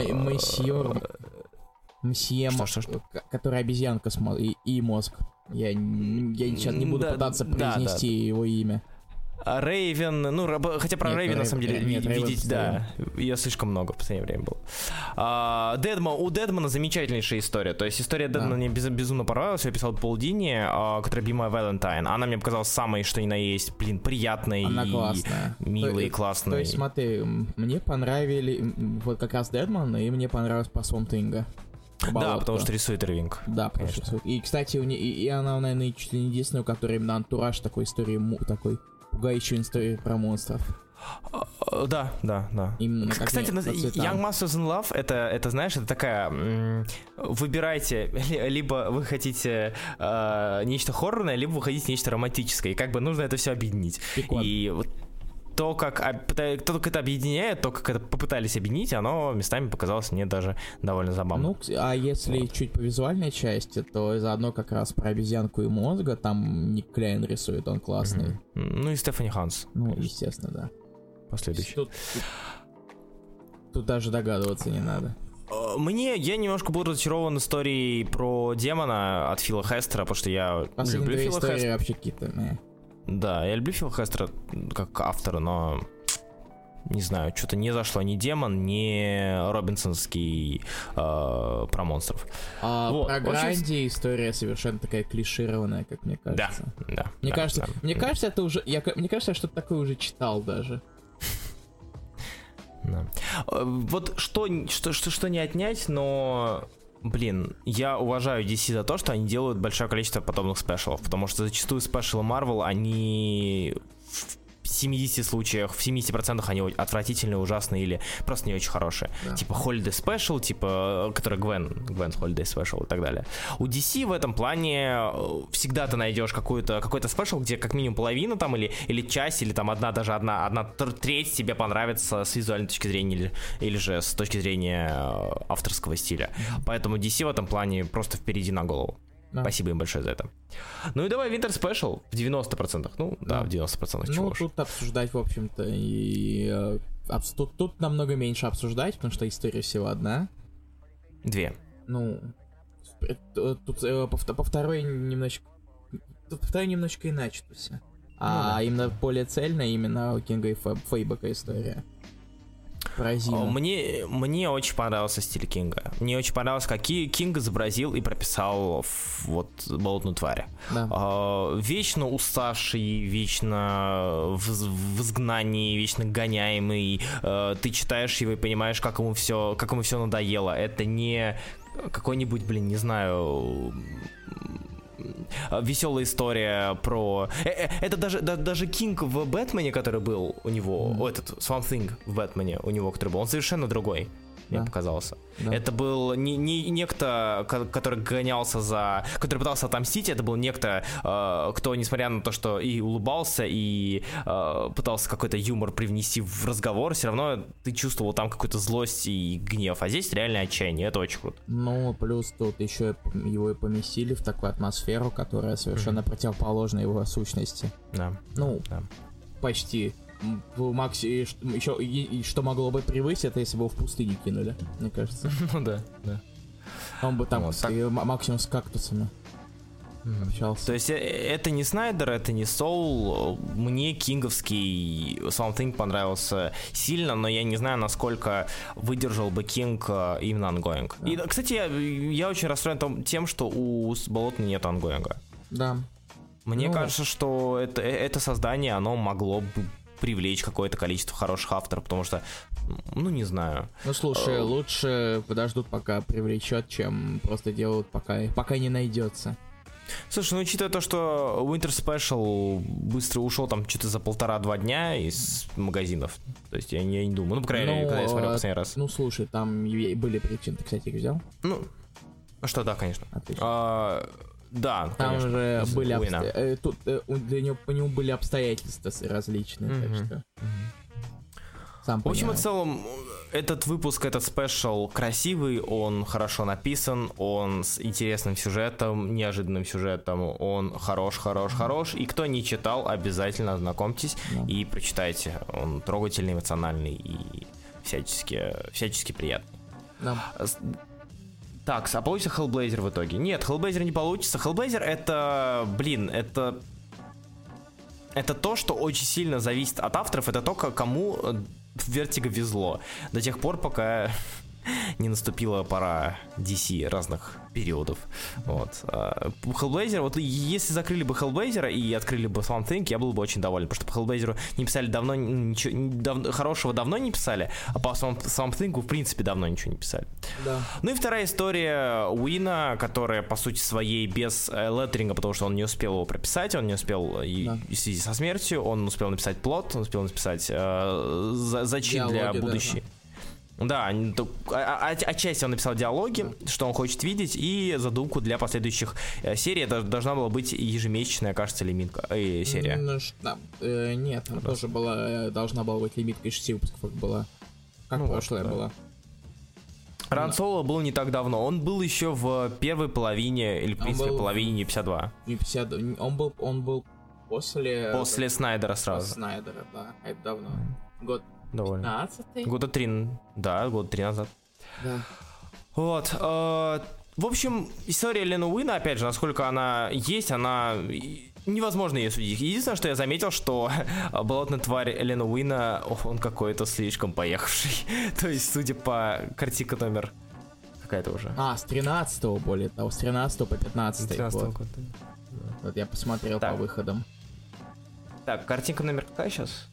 [SPEAKER 2] Мсье, который обезьянка и мозг. Я сейчас не буду пытаться произнести его имя.
[SPEAKER 3] Рейвен, хотя про Рейвен на самом деле видеть, да, ее слишком много в последнее время было. У Дедмана замечательнейшая история. То есть история Дедмана мне безумно понравилась. Я писал Пол Дини, которая Be My Valentine. Она мне показалась самой, что ни на есть, приятной и милой, классной.
[SPEAKER 2] То есть смотри, мне понравились вот как раз Дедман, и мне понравилось по Swamp Thing.
[SPEAKER 3] Да, потому что рисует Ирвинг.
[SPEAKER 2] Да, конечно. И, кстати, и она, наверное, чуть ли не единственная, у которой именно антураж такой истории, такой пугающей истории про монстров.
[SPEAKER 3] Да.
[SPEAKER 2] Именно,
[SPEAKER 3] кстати, Young Monsters in Love, это, знаешь, это такая... Выбирайте, либо вы хотите нечто хоррорное, либо вы хотите нечто романтическое. И как бы нужно это все объединить.
[SPEAKER 2] Прикольно. И
[SPEAKER 3] вот то, как это объединяет, то, как это попытались объединить, оно местами показалось мне даже довольно забавно.
[SPEAKER 2] Ну, а если чуть по визуальной части, то заодно как раз про обезьянку и мозга, там Ник Кляйн рисует, он классный.
[SPEAKER 3] Ну и Стефани Ханс.
[SPEAKER 2] Ну, естественно, да.
[SPEAKER 3] Последующий.
[SPEAKER 2] Тут даже догадываться не надо.
[SPEAKER 3] Я немножко был разочарован историей про демона от Фила Хестера, потому что я люблю Фила Хестера.
[SPEAKER 2] Вообще какие-то,
[SPEAKER 3] Да, я люблю Фила Хестера как автора, но не знаю, что-то не зашло ни демон, ни робинсонский про монстров.
[SPEAKER 2] Про Гранди история совершенно такая клишированная, как мне кажется.
[SPEAKER 3] Да.
[SPEAKER 2] Мне кажется, это уже. Мне кажется, я что-то такое уже читал даже.
[SPEAKER 3] Да. Вот что не отнять, но... Блин, я уважаю DC за то, что они делают большое количество подобных спешалов, потому что зачастую спешалы Marvel, они 70 случаях, в 70% они отвратительные, ужасные или просто не очень хорошие. Да. Типа Holiday Special, типа, который Gwen's Holiday Special и так далее. У DC в этом плане всегда ты найдешь какой-то спешл, где как минимум половина там или часть, или там одна треть тебе понравится с визуальной точки зрения или же с точки зрения авторского стиля. Поэтому DC в этом плане просто впереди на голову. Да. Спасибо им большое за это. Ну и давай Winter Special в 90%. Ну, да, в 90%.
[SPEAKER 2] Ну, тут обсуждать, в общем-то, и... Тут намного меньше обсуждать, потому что история всего одна.
[SPEAKER 3] Две.
[SPEAKER 2] Ну, тут по второй немножечко... Тут по второй немножечко иначе тут все. А именно более цельная именно у Кинга и Фейбека история.
[SPEAKER 3] Мне очень понравился стиль Кинга. Мне очень понравилось, как Кинг изобразил и прописал вот болотную тварь. Да. Вечно уставший, вечно в изгнании, вечно гоняемый. Ты читаешь его и понимаешь, как ему все надоело. Это не какой-нибудь, не знаю... веселая история про... Это даже Кинг в Бэтмене, который был у него, этот Swamp Thing в Бэтмене у него, который был, он совершенно другой, мне показался. Да. Это был не некто, который гонялся который пытался отомстить, это был некто, кто, несмотря на то, что и улыбался, и пытался какой-то юмор привнести в разговор, все равно ты чувствовал там какую-то злость и гнев, а здесь реально отчаяние, это очень круто.
[SPEAKER 2] Ну, плюс тут еще его и поместили в такую атмосферу, которая совершенно противоположна его сущности.
[SPEAKER 3] Да.
[SPEAKER 2] Ну, да. Почти. В Максе еще что могло бы превысить, это если бы его в пустыне кинули, мне кажется.
[SPEAKER 3] Ну да.
[SPEAKER 2] Он бы там максимум с кактусами общался.
[SPEAKER 3] То есть это не Снайдер, это не Соул. Мне кинговский Swamp Thing понравился сильно, но я не знаю, насколько выдержал бы Кинг именно ангоинг. Да. И, кстати, я очень расстроен тем, что у Болотной нет ангоинга.
[SPEAKER 2] Да.
[SPEAKER 3] Мне кажется, что это создание, оно могло бы привлечь какое-то количество хороших авторов, потому что, не знаю.
[SPEAKER 2] Ну, слушай, лучше подождут, пока привлечет, чем просто делают, пока не найдется.
[SPEAKER 3] Слушай, учитывая то, что Winter Special быстро ушел там что-то за 1,5-2 дня из магазинов, то есть я не думаю, по крайней мере, когда я смотрел последний раз.
[SPEAKER 2] Ну, слушай, там были причины, ты, кстати, их взял?
[SPEAKER 3] Что, да, конечно.
[SPEAKER 2] Отлично.
[SPEAKER 3] Да,
[SPEAKER 2] там
[SPEAKER 3] конечно.
[SPEAKER 2] же были тут по нему были обстоятельства различные, так что.
[SPEAKER 3] В общем и целом, этот выпуск, этот спешл красивый, он хорошо написан, он с интересным сюжетом, неожиданным сюжетом, он хорош, и кто не читал, обязательно ознакомьтесь и прочитайте. Он трогательный, эмоциональный и всячески приятный.
[SPEAKER 2] Да.
[SPEAKER 3] Так, а получится Hellblazer в итоге? Нет, Hellblazer не получится. Hellblazer это то, что очень сильно зависит от авторов, это то, кому Vertigo везло. До тех пор, пока не наступила пора DC разных периодов. Вот. Hellblazer, вот если закрыли бы Hellblazer и открыли бы Swamp Thing, я был бы очень доволен, потому что по Hellblazer не писали хорошего давно не писали, а по Swamp Thing в принципе давно ничего не писали.
[SPEAKER 2] Да.
[SPEAKER 3] Ну и вторая история Уина, которая по сути своей без леттеринга, потому что он не успел его прописать, он не успел в связи со смертью, он успел написать плот, он успел написать зачин для будущей. Да, отчасти он написал диалоги, что он хочет видеть, и задумку для последующих серий. Это должна была быть ежемесячная, кажется, лимитка, серия.
[SPEAKER 2] Нет, она тоже должна была быть лимитка из 6 выпусков, была. Как прошлая была.
[SPEAKER 3] Ран Соло был не так давно. Он был еще в первой половине, или в принципе половине 52.
[SPEAKER 2] Он был
[SPEAKER 3] после Снайдера сразу.
[SPEAKER 2] После Снайдера, да. Это давно. Год
[SPEAKER 3] довольно.
[SPEAKER 2] 15-й?
[SPEAKER 3] Года 3 назад.
[SPEAKER 2] Да.
[SPEAKER 3] Вот. В общем, история Лены Уина, опять же, насколько она есть, она... Невозможно ее судить. Единственное, что я заметил, что болотная тварь Лены Уина, он какой-то слишком поехавший. То есть, судя по картинке номер... Какая-то уже.
[SPEAKER 2] С 13-го, более того, с 13 по 15
[SPEAKER 3] 13-го
[SPEAKER 2] года. Вот я посмотрел по выходам.
[SPEAKER 3] Так, картинка номер какая сейчас?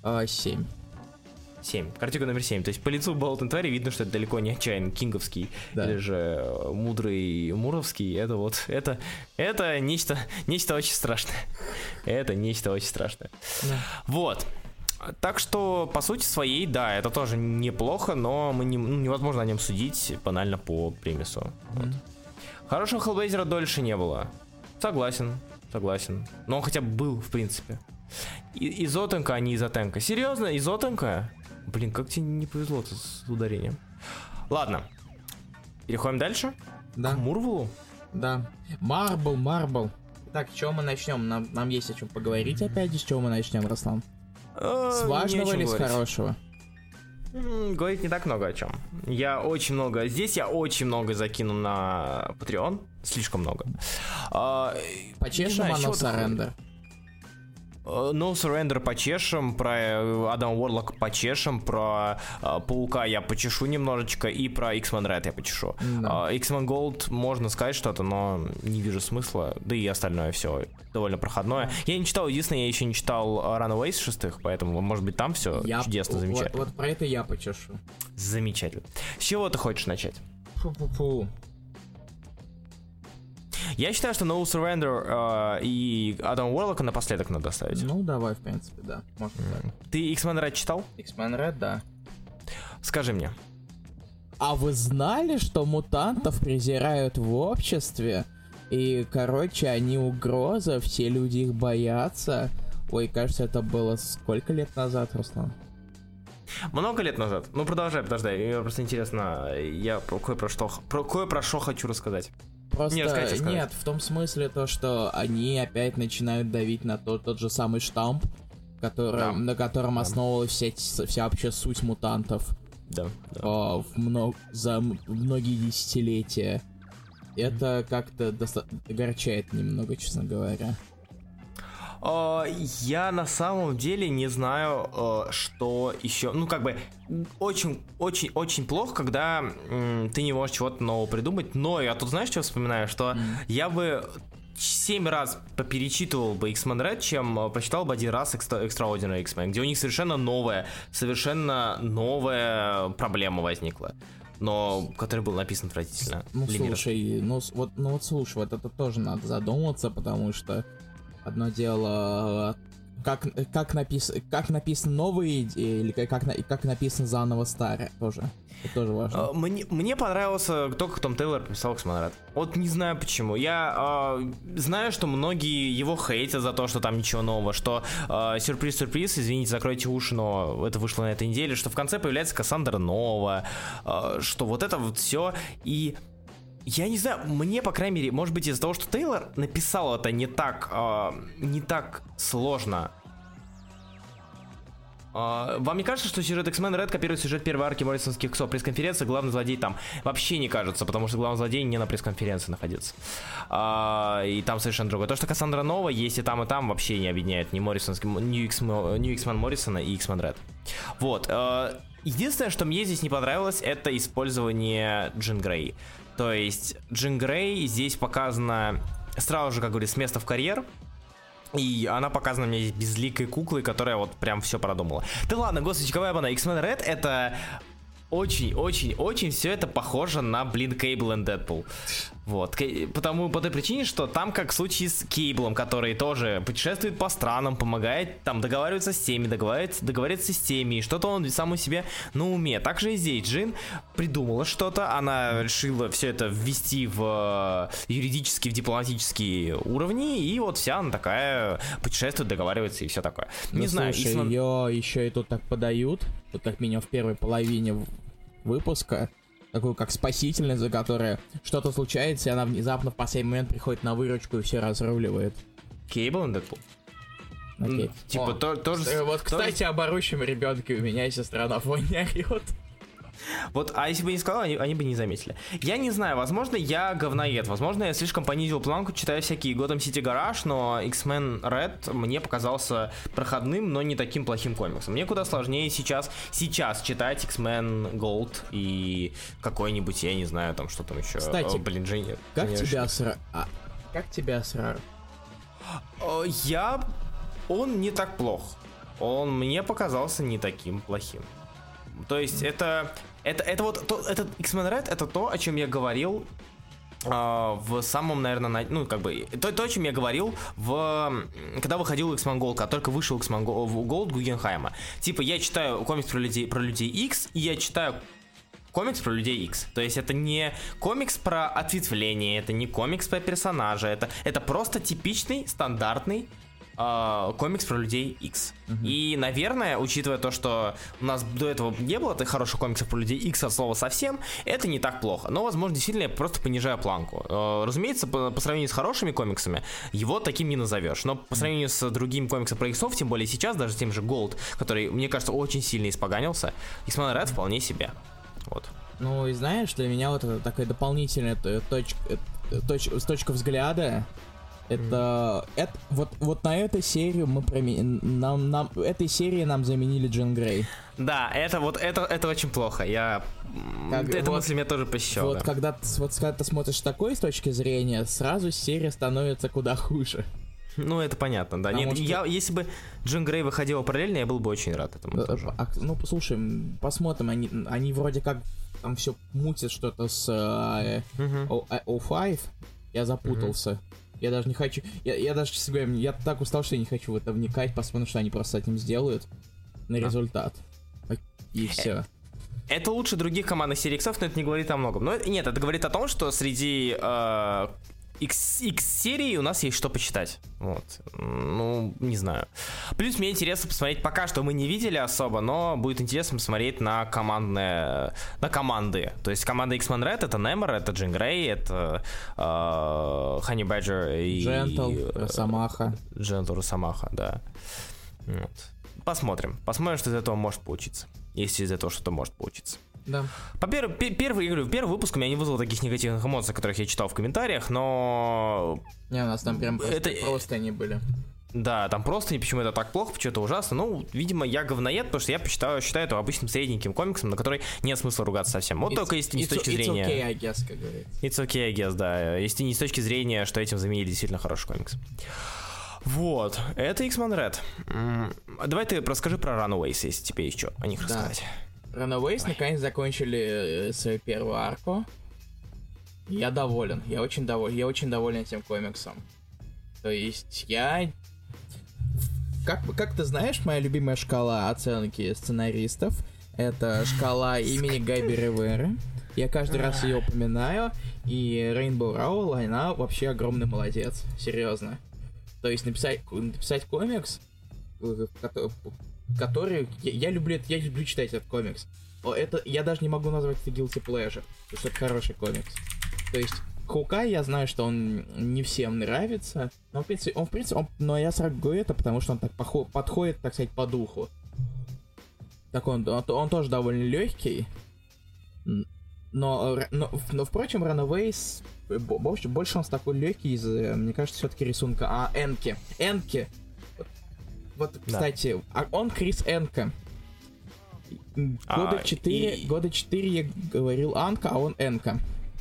[SPEAKER 2] 7.
[SPEAKER 3] Картинка номер 7. То есть по лицу болотной твари видно, что это далеко не отчаянный кинговский, или же мудрый муровский. Это нечто очень страшное. Это нечто очень страшное.
[SPEAKER 2] Да.
[SPEAKER 3] Вот. Так что, по сути своей, да, это тоже неплохо, но невозможно о нем судить банально по премису. Вот. Хорошего Hellblazer дольше не было. Согласен. Но он хотя бы был, в принципе. Изотенка, а не изотенка. Серьезно, изотенка? Блин, как тебе не повезло-то с ударением. Ладно. Переходим дальше?
[SPEAKER 2] Да.
[SPEAKER 3] К Мурвелу?
[SPEAKER 2] Да. Марбл. Так, с чего мы начнем? Нам есть о чем поговорить опять. С чего мы начнем, Руслан? С важного или с хорошего?
[SPEAKER 3] Говорить не так много о чем. Здесь я очень много закину на Patreon. Слишком много.
[SPEAKER 2] Почешем No Surrender.
[SPEAKER 3] No Surrender почешем, про Адама Уорлока почешем, про Паука я почешу немножечко, и про X-Men Red я почешу. X-Men Gold можно сказать что-то, но не вижу смысла, да и остальное все довольно проходное. Я не читал, единственное, я еще не читал Runaways 6, поэтому, может быть, там все чудесно, замечательно.
[SPEAKER 2] Вот про это я почешу.
[SPEAKER 3] Замечательно. С чего ты хочешь начать?
[SPEAKER 2] Фу-фу-фу.
[SPEAKER 3] Я считаю, что No Surrender и Адама Уорлока напоследок надо ставить.
[SPEAKER 2] Ну, давай, в принципе, да. Можно так.
[SPEAKER 3] Ты X-Men Red читал?
[SPEAKER 2] X-Men Red, да.
[SPEAKER 3] Скажи мне.
[SPEAKER 2] А вы знали, что мутантов презирают в обществе? И, короче, они угроза, все люди их боятся. Ой, кажется, это было сколько лет назад, Руслан?
[SPEAKER 3] Много лет назад. Ну, подожди. Мне просто интересно, я кое про что хочу рассказать.
[SPEAKER 2] Просто нет, в том смысле то, что они опять начинают давить на тот же самый штамп, на котором основывалась вся вообще суть мутантов.
[SPEAKER 3] Да.
[SPEAKER 2] За многие десятилетия. Это как-то огорчает немного, честно говоря.
[SPEAKER 3] Я на самом деле не знаю, что еще. Ну, как бы, очень плохо, когда ты не можешь чего-то нового придумать. Но я тут, знаешь, что вспоминаю? Что я бы 7 раз поперечитывал бы X-Men Red, чем прочитал бы один раз Extraordinary X-Men, где у них совершенно новая проблема возникла. Но который был написан отвратительно.
[SPEAKER 2] Слушай, слушай, вот это тоже надо задуматься, потому что одно дело, как написан новый или как написан заново старое, тоже. Это тоже важно.
[SPEAKER 3] Мне понравился только Том Тейлор писал X-Men Red. Вот не знаю почему. Я знаю, что многие его хейтят за то, что там ничего нового, что сюрприз, извините, закройте уши, но это вышло на этой неделе, что в конце появляется Кассандра Нова, что вот это вот все. И я не знаю, мне, по крайней мере, может быть, из-за того, что Тейлор написал это не так сложно. Вам не кажется, что сюжет X-Men Red копирует сюжет первой арки Моррисонских Иксов? Пресс-конференция, главный злодей там. Вообще не кажется, потому что главный злодей не на пресс-конференции находится. И там совершенно другое. То, что Кассандра Нова есть и там, вообще не объединяет ни X-Men Моррисона и X-Men Red. Вот. Единственное, что мне здесь не понравилось, это использование Джин Грей. То есть Джин Грей здесь показана сразу же, как говорится, с места в карьер. И она показана мне здесь безликой куклой, которая вот прям все продумала. Да ладно, господи, какая она? X-Men Red это очень все это похоже на, Кейбл и Дэдпул. Вот. По той причине, что там, как в случае с Кейблом, который тоже путешествует по странам, помогает там договариваться с теми, договариваться с теми, и что-то он сам у себя на уме. Также и здесь Джин придумала что-то, она решила все это ввести в юридические, в дипломатические уровни, и вот вся она такая путешествует, договаривается и все такое. Не знаю.
[SPEAKER 2] Слушай, ее еще и тут так подают, вот как минимум в первой половине выпуска, такую как спасительность, за которой что-то случается, и она внезапно в последний момент приходит на выручку и все разруливает.
[SPEAKER 3] Кейбл и Дэдпул.
[SPEAKER 2] Окей.
[SPEAKER 3] Типа тоже.
[SPEAKER 2] Вот, кстати, об орущем ребенке у меня сестра на фоне орет.
[SPEAKER 3] Вот, а если бы не сказал, они бы не заметили. Я не знаю, возможно, я говноед, возможно, я слишком понизил планку, читая всякие Gotham City Garage, но X-Men Red мне показался проходным, но не таким плохим комиксом. Мне куда сложнее сейчас читать X-Men Gold и какой-нибудь, я не знаю, там что там еще.
[SPEAKER 2] Кстати,
[SPEAKER 3] Джинни.
[SPEAKER 2] Как тебя Асрар?
[SPEAKER 3] Он не так плох. Он мне показался не таким плохим. То есть это вот этот X-Men Red, это то, о чем я говорил в самом, наверное, ну, как бы, то, о чем я говорил, когда выходил X-Men Gold, когда только вышел X-Men Gold Гугенхайма. Типа, я читаю комикс про людей X, и я читаю комикс про людей X. То есть это не комикс про ответвление, это не комикс про персонажа, это просто типичный, стандартный комикс про людей X. И, наверное, учитывая то, что у нас до этого не было хороших комиксов про людей X от слова совсем, это не так плохо. Но, возможно, действительно, я просто понижаю планку. Разумеется, по сравнению с хорошими комиксами, его таким не назовешь. Но по сравнению с другим комиксом про Иксов, тем более сейчас, даже тем же Gold, который, мне кажется, очень сильно испоганился, X-Men Red вполне себе. Вот.
[SPEAKER 2] Ну, и знаешь, для меня вот это такая дополнительная точка взгляда. Это вот на эту серию этой серии нам заменили Джин Грей.
[SPEAKER 3] Да, это очень плохо. Эта мысль меня тоже посещала.
[SPEAKER 2] Вот когда ты смотришь такой с точки зрения, сразу серия становится куда хуже.
[SPEAKER 3] Ну, это понятно, да. Нет, если бы Джин Грей выходила параллельно, я был бы очень рад этому тоже.
[SPEAKER 2] Ну, слушай, посмотрим. Они вроде как там все мутят что-то с O5. Я запутался. Я даже не хочу... Я даже, честно говоря, я так устал, что я не хочу в это вникать. Посмотрим, что они просто с этим сделают. На результат. И все.
[SPEAKER 3] Это лучше других командных серий Иксов, но это не говорит о многом. Но нет, это говорит о том, что среди X-серии у нас есть что почитать. Вот. Ну, не знаю. Плюс мне интересно посмотреть, пока что мы не видели особо, но будет интересно посмотреть на команды. То есть команда X-Men Red — это Немор, это Джин Грей, это Ханни Бэджер и...
[SPEAKER 2] Джентл, Росомаха.
[SPEAKER 3] Джентл, Росомаха, да. Вот. Посмотрим, что из этого может получиться. Если из этого что-то может получиться.
[SPEAKER 2] Да.
[SPEAKER 3] Первый выпуск у меня не вызвал таких негативных эмоций, которых я читал в комментариях, но...
[SPEAKER 2] Не, у нас там прям просто они были.
[SPEAKER 3] Да, там просто, почему это так плохо, почему это ужасно. Ну, видимо, я говноед, потому что я считаю это обычным средненьким комиксом, на который нет смысла ругаться совсем. Вот только если не с точки зрения...
[SPEAKER 2] It's okay, I guess, как говорится.
[SPEAKER 3] It's okay, I guess, да. Если не с точки зрения, что этим заменили действительно хороший комикс. Вот, это X-Men Red. Давай ты расскажи про Runaways, если тебе еще о них рассказать.
[SPEAKER 2] Runaways наконец закончили свою первую арку. Я доволен, я очень доволен этим комиксом. То есть как ты знаешь, моя любимая шкала оценки сценаристов — это шкала имени Габи Ривера. Я каждый раз ее упоминаю, и Rainbow Rowell, она вообще огромный молодец, серьезно. То есть написать комикс, который... Я люблю читать этот комикс. Я даже не могу назвать это guilty pleasure, потому что это хороший комикс. То есть Хоукай, я знаю, что он не всем нравится, но но я сразу говорю это, потому что он так подходит, так сказать, по духу. Так он тоже довольно легкий, но впрочем, Runaways больше он такой легкий из, мне кажется, все-таки рисунка Энки. Вот, кстати, он Крис Энка. Года 4 я говорил Анка, а он Энка.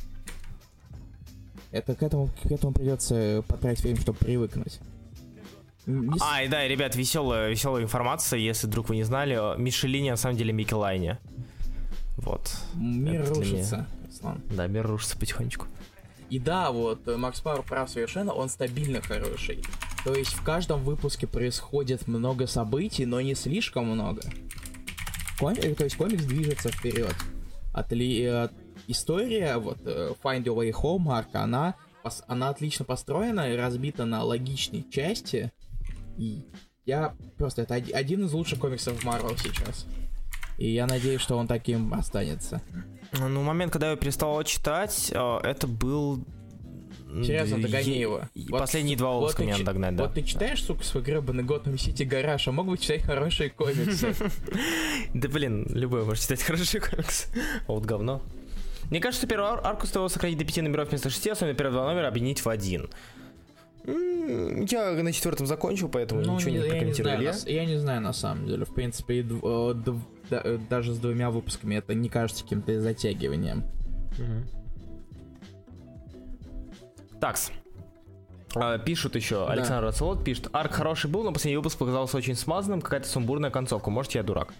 [SPEAKER 2] Это к этому придется потратить время, чтобы привыкнуть.
[SPEAKER 3] И да, ребят, веселая информация, если вдруг вы не знали, Мишелини на самом деле Микелайне. Вот.
[SPEAKER 2] Мир рушится, Руслан.
[SPEAKER 3] Да, мир рушится потихонечку.
[SPEAKER 2] И да, вот, Макс Пауэр прав совершенно, он стабильно хороший. То есть в каждом выпуске происходит много событий, но не слишком много. То есть комикс движется вперед. История, вот, Find Your Way Home арка, она отлично построена и разбита на логичные части. И это один из лучших комиксов Marvel сейчас. И я надеюсь, что он таким останется.
[SPEAKER 3] Ну, момент, когда я перестал читать, это был...
[SPEAKER 2] Серьезно, догони его.
[SPEAKER 3] Последние два выпуска меня догнать, да.
[SPEAKER 2] Вот ты читаешь, сука, свой гребаный Gotham City Garage, а мог бы читать хорошие комиксы.
[SPEAKER 3] Да блин, любой может читать хорошие комиксы. А вот говно. Мне кажется, первую арку стоило сократить до 5 номеров вместо 6, особенно первые 2 номера объединить в один. Я на 4-м закончил, поэтому ничего не прокомментирую.
[SPEAKER 2] Я не знаю, на самом деле. В принципе, даже с 2 выпусками это не кажется каким-то затягиванием.
[SPEAKER 3] Такс. Пишут еще, Александр Рацелот пишет: арк хороший был, но последний выпуск показался очень смазанным, какая-то сумбурная концовка. Может, я дурак?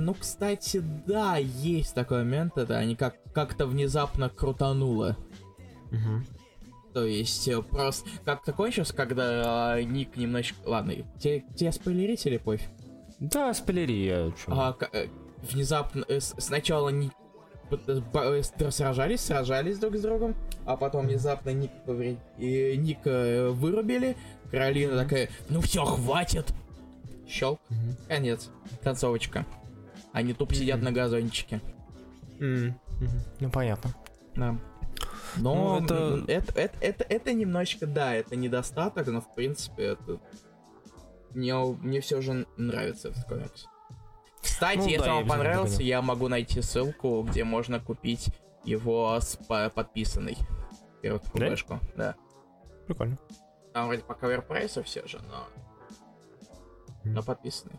[SPEAKER 2] Кстати, да, есть такой момент, это они как-то внезапно крутануло. То есть просто как такой сейчас, когда ник немножечко... Ладно, тебе спойлерить или пофиг?
[SPEAKER 3] Да, спойлери.
[SPEAKER 2] Внезапно сначала ник сражались друг с другом, а потом внезапно ник вырубили. Каролина такая: ну все, хватит. Щелк. Конец. Концовочка. Они тупо сидят на газончике.
[SPEAKER 3] Ну понятно.
[SPEAKER 2] Да. Но это немножечко, да, это недостаток, но в принципе это... Мне все же нравится этот комикс. Кстати, если вам понравился, я могу найти ссылку, где можно купить его с подписанной. Первую флешку. Да?
[SPEAKER 3] Прикольно.
[SPEAKER 2] Там вроде по кавер-прайсу все же, но подписанный.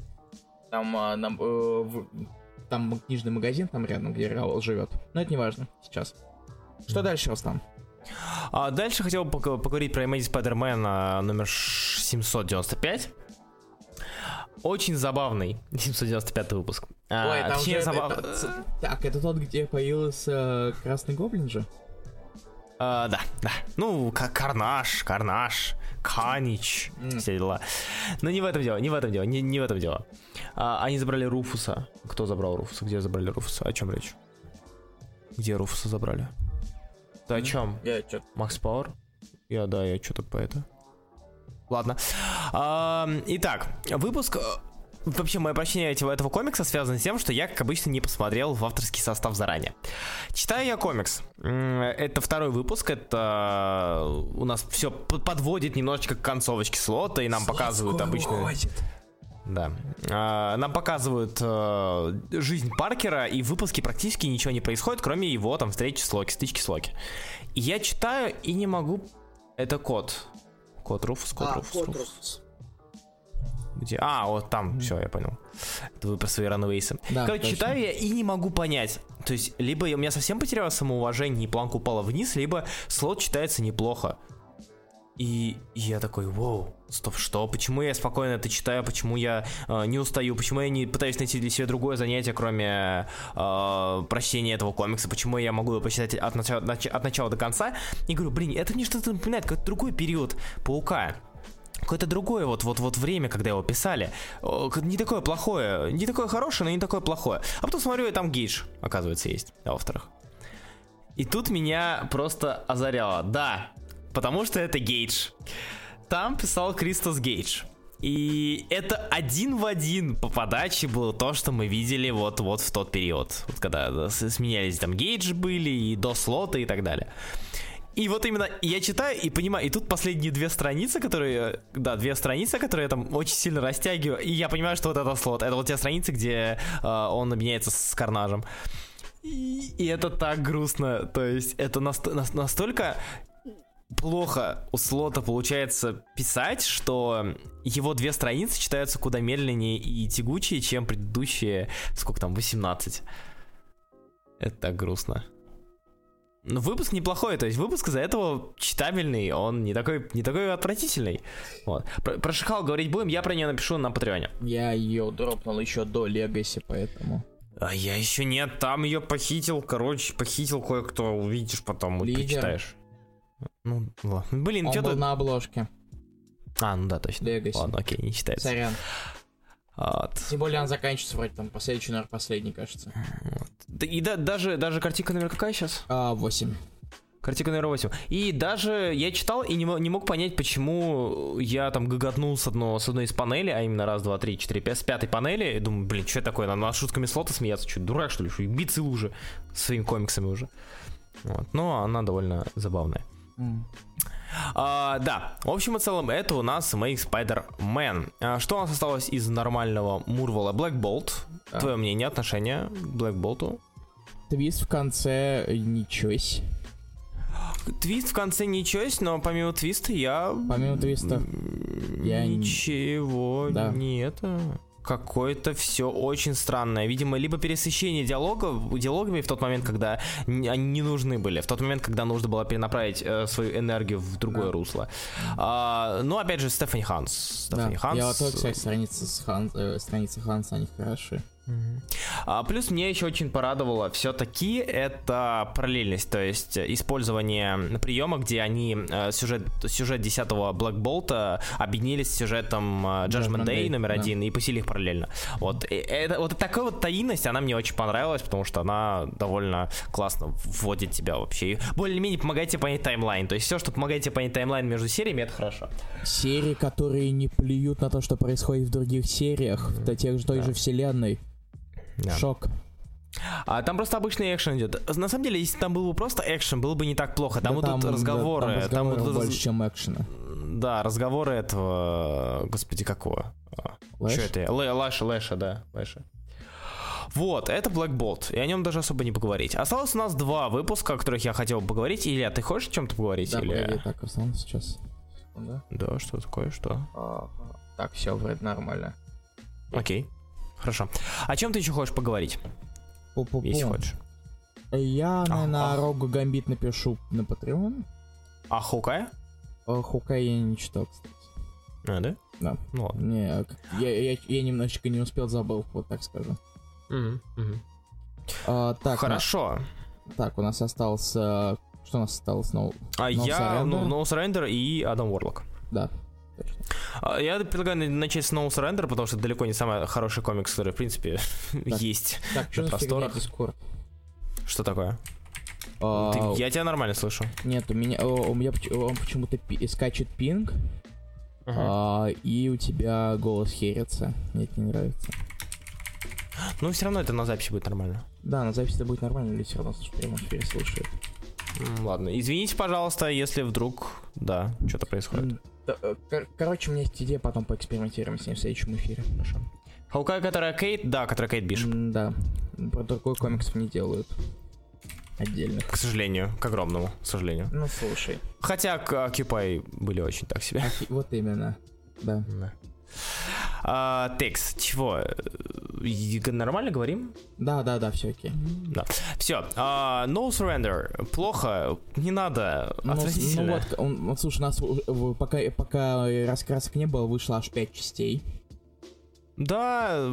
[SPEAKER 2] Там книжный магазин там рядом, где Раул живет. Но это не важно сейчас. Что дальше, Рустам?
[SPEAKER 3] Дальше хотел бы поговорить про Amazing Spider-Man номер 795. Очень забавный 795 выпуск.
[SPEAKER 2] Ой, там же так, это тот, где появился Красный Гоблин же?
[SPEAKER 3] Да. Ну, как Карнаж, Канич, все дела. Но не в этом дело, не в этом дело. Они забрали Руфуса. Кто забрал Руфуса? Где забрали Руфуса? О чем речь? Где Руфуса забрали? Ты о чем? Макс Пауэр? Я что-то по это. Ладно. Итак, выпуск... Вообще, мое прочтение этого комикса связано с тем, что я, как обычно, не посмотрел в авторский состав заранее. Читаю я комикс. Это второй выпуск. Это у нас все подводит немножечко к концовочке слота, и нам показывают обычную... Да. Нам показывают жизнь Паркера, и в выпуске практически ничего не происходит, кроме его там встречи с Локи, стычки с Локи. И я читаю и не могу... Это кот. Кот Руфус. Где? Вот там, все, я понял. Это вы про свои ранвейсы. Да, короче, читаю я и не могу понять. То есть, либо у меня совсем потерялось самоуважение, и планка упала вниз, либо слот читается неплохо. И я такой: воу, стоп, что? Почему я спокойно это читаю? Почему я не устаю? Почему я не пытаюсь найти для себя другое занятие, кроме прочтения этого комикса? Почему я могу его почитать от начала до конца? И говорю: блин, это мне что-то напоминает, какой-то другой период Паука. Какое-то другое вот время, когда его писали. Не такое плохое, не такое хорошее, но не такое плохое. А потом смотрю, и там Гейдж, оказывается, есть, во-вторых. И тут меня просто озаряло. Да, потому что это Гейдж. Там писал Кристос Гейдж. И это один в один по подаче было то, что мы видели вот в тот период. Вот когда сменялись там Гейджи были, и до слота и так далее. И вот именно я читаю и понимаю, и тут последние две страницы, которые я там очень сильно растягиваю, и я понимаю, что вот это слот, это вот те страницы, где он объединяется с Карнажем. И это так грустно, то есть это настолько плохо у слота получается писать, что его две страницы читаются куда медленнее и тягучее, чем предыдущие, 18. Это так грустно. Но выпуск неплохой, то есть выпуск из-за этого читабельный, он не такой отвратительный. Вот. Про Шихал говорить будем, я про нее напишу на Патреоне.
[SPEAKER 2] Я ее дропнул еще до Легаси, поэтому...
[SPEAKER 3] А я еще нет, там ее похитил кое-кто, увидишь потом, почитаешь. Ну, ладно. Блин,
[SPEAKER 2] он был на обложке.
[SPEAKER 3] Ну да, точно.
[SPEAKER 2] Legacy.
[SPEAKER 3] Ладно, окей, не считается.
[SPEAKER 2] Сорян. Тем более он заканчивается вроде там последний, кажется.
[SPEAKER 3] Вот. И даже картинка номер какая сейчас?
[SPEAKER 2] 8.
[SPEAKER 3] Картинка номер 8. И даже я читал и не мог понять, почему я там гоготнул с одной из панелей, а именно 1, 2, 3, 4, 5, с 5-й панели. И думаю, блин, что это такое? Над шутками слота смеяться, что, дурак, что ли? Что, биться уже своими комиксами уже. Вот. Но она довольно забавная. Да, в общем и целом, это у нас Amazing Spider-Man. Что у нас осталось из нормального Мурвала? Black Bolt. Твое мнение, отношение к Black Bolt'у?
[SPEAKER 2] Твист в конце ничегось.
[SPEAKER 3] Твист в конце ничегось, но помимо твиста я ничего не это... Какое-то все очень странное. Видимо, либо пересыщение диалогами в тот момент, когда они не нужны были. В тот момент, когда нужно было перенаправить свою энергию в другое русло. Но опять же, Стефани Ханс.
[SPEAKER 2] Я вот, кстати, страницы Ханса, они хороши.
[SPEAKER 3] Плюс мне еще очень порадовало все-таки это параллельность, то есть использование приема, где они сюжет 10-го Black Bolt объединились с сюжетом Judgment Day номер 1 и пустили их параллельно. Вот такая вот таинность, она мне очень понравилась, потому что она довольно классно вводит тебя вообще. И более-менее помогает тебе понять таймлайн. То есть все, что помогает тебе понять таймлайн между сериями, это хорошо.
[SPEAKER 2] Серии, которые не плюют на то, что происходит в других сериях, в той же вселенной. Да. Шок.
[SPEAKER 3] Там просто обычный экшен идет. На самом деле, если там был бы просто экшен, было бы не так плохо. Там идут разговоры.
[SPEAKER 2] Там больше, чем экшена.
[SPEAKER 3] Да, разговоры этого... Господи, какого? Что это? Лэша, да. Лэша. Вот, это Black Bolt, и о нем даже особо не поговорить. Осталось у нас 2 выпуска, о которых я хотел поговорить. Илья, ты хочешь о чем-то поговорить?
[SPEAKER 2] Да, или... так, осталось сейчас.
[SPEAKER 3] Да, что такое, что?
[SPEAKER 2] Так, все, вроде нормально.
[SPEAKER 3] Окей. Хорошо. О чем ты еще хочешь поговорить? Если хочешь.
[SPEAKER 2] Я, наверное, Рогу Гамбит напишу на Patreon.
[SPEAKER 3] А Хоукай?
[SPEAKER 2] Хоукай я не читал, кстати.
[SPEAKER 3] Да?
[SPEAKER 2] Да.
[SPEAKER 3] Ну ладно.
[SPEAKER 2] Не, я немножечко не успел, забыл, вот так скажу. Так,
[SPEAKER 3] хорошо.
[SPEAKER 2] Так, у нас остался... Что у нас осталось? No
[SPEAKER 3] Surrender и Адам Уорлок.
[SPEAKER 2] Да.
[SPEAKER 3] Я предлагаю начать с No Surrender, потому что это далеко не самый хороший комикс, который, в принципе, есть на просторах. Что такое? Я тебя нормально слышу.
[SPEAKER 2] Нет, у меня он почему-то скачет пинг, и у тебя голос херится. Мне это не нравится.
[SPEAKER 3] Ну, все равно это на записи будет нормально.
[SPEAKER 2] Да, на записи это будет нормально, или все равно в прямом эфире слушает.
[SPEAKER 3] Ладно, извините, пожалуйста, если вдруг, да, что-то происходит.
[SPEAKER 2] Короче, у меня есть идея, потом поэкспериментируем с ним в следующем эфире. Хорошо.
[SPEAKER 3] Хоукай, которая Кейт? Да, которая Кейт Бишоп.
[SPEAKER 2] Да, про другой комиксов не делают. Отдельных.
[SPEAKER 3] К сожалению, к огромному сожалению.
[SPEAKER 2] Ну, слушай.
[SPEAKER 3] Хотя к Occupy были очень так себе.
[SPEAKER 2] Вот именно, да.
[SPEAKER 3] Текс, чего? Нормально говорим?
[SPEAKER 2] Да, все окей.
[SPEAKER 3] Да. Все. No Surrender. Плохо. Не надо. Отвратительно.
[SPEAKER 2] Вот, слушай, у нас пока раскрасок не было, вышло аж 5 частей.
[SPEAKER 3] Да,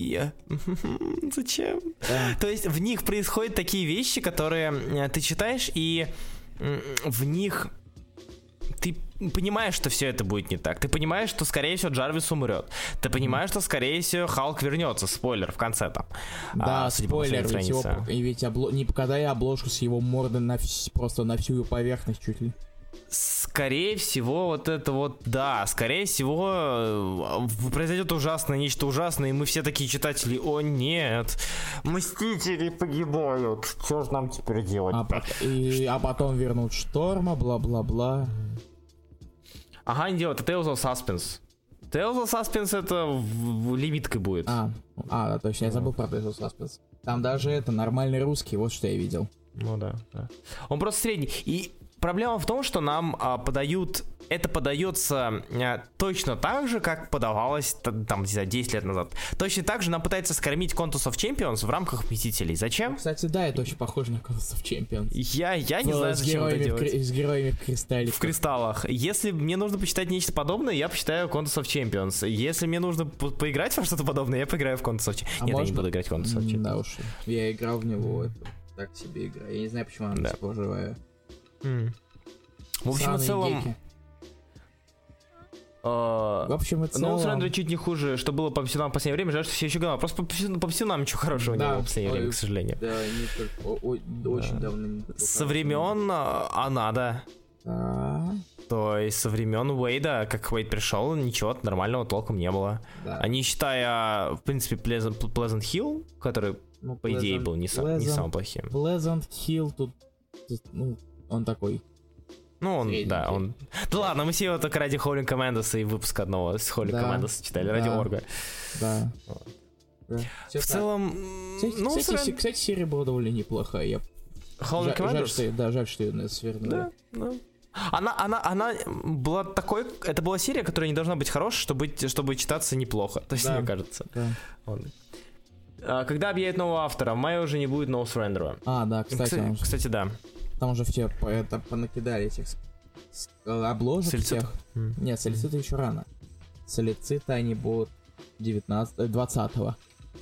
[SPEAKER 3] зачем? Да. То есть в них происходят такие вещи, которые ты читаешь, и в них ты понимаешь, что все это будет не так. Ты понимаешь, что, скорее всего, Джарвис умрет. Ты понимаешь, что, скорее всего, Халк вернется. Спойлер в конце там.
[SPEAKER 2] Да, спойлер. Ведь не показали обложку с его мордой просто на всю поверхность чуть ли.
[SPEAKER 3] Скорее всего, вот это вот, да, скорее всего, произойдет ужасное, нечто ужасное, и мы все такие читатели, о нет, Мстители погибают, что же нам теперь делать?
[SPEAKER 2] А потом вернут Шторма, бла-бла-бла.
[SPEAKER 3] Ага, не делают, это Tales of Suspense. Tales of Suspense это лимиткой будет.
[SPEAKER 2] Да, точно, я забыл про Tales of Suspense. Там даже это нормальный русский, вот что я видел.
[SPEAKER 3] Ну да. Он просто средний. И проблема в том, что нам подается точно так же, как подавалось там, за 10 лет назад. Точно так же нам пытается скормить Contest of Champions в рамках Мстителей. Зачем?
[SPEAKER 2] Кстати, да, это очень похоже на Contest of Champions.
[SPEAKER 3] Я не знаю, зачем это делать.
[SPEAKER 2] С героями в кристалле.
[SPEAKER 3] В кристаллах. Если мне нужно почитать нечто подобное, я почитаю Contest of Champions. Если мне нужно поиграть во что-то подобное, я поиграю в Contest of Champions. Нет, я не буду играть в Contest of Champions.
[SPEAKER 2] Да уж, я играл в него, это так себе игра. Я не знаю, почему она до сих пор живая.
[SPEAKER 3] В общем и целом...
[SPEAKER 2] В общем и целом...
[SPEAKER 3] No Surrender чуть не хуже, что было по псюнам в последнее время. Жаль, что все еще говно. Просто по псюнам ничего хорошего не было в последнее время, к сожалению.
[SPEAKER 2] Да, очень давно не было.
[SPEAKER 3] Со времен Анада. То есть со времен Уэйда, как Уэйд пришел, ничего нормального толком не было. А не считая, в принципе, Pleasant Hill, который, по идее, был не самым плохим.
[SPEAKER 2] Pleasant Hill тут он такой...
[SPEAKER 3] Да, он... Да ладно, мы все его только ради Howling Commandos и выпуска одного с Howling Commandos читали, ради Орга.
[SPEAKER 2] Да.
[SPEAKER 3] В целом...
[SPEAKER 2] Кстати, серия была довольно неплохая.
[SPEAKER 3] Howling Commandos?
[SPEAKER 2] Жаль, что ее свернули.
[SPEAKER 3] Да. Она была такой... Это была серия, которая не должна быть хорошей, чтобы читаться неплохо. То есть, мне кажется. Когда объявят нового автора, в мае уже не будет No Surrender.
[SPEAKER 2] Да,
[SPEAKER 3] кстати, да.
[SPEAKER 2] Там уже все понакидали этих обложек всех. Нет, солициты еще рано. Солициты они будут 20-го.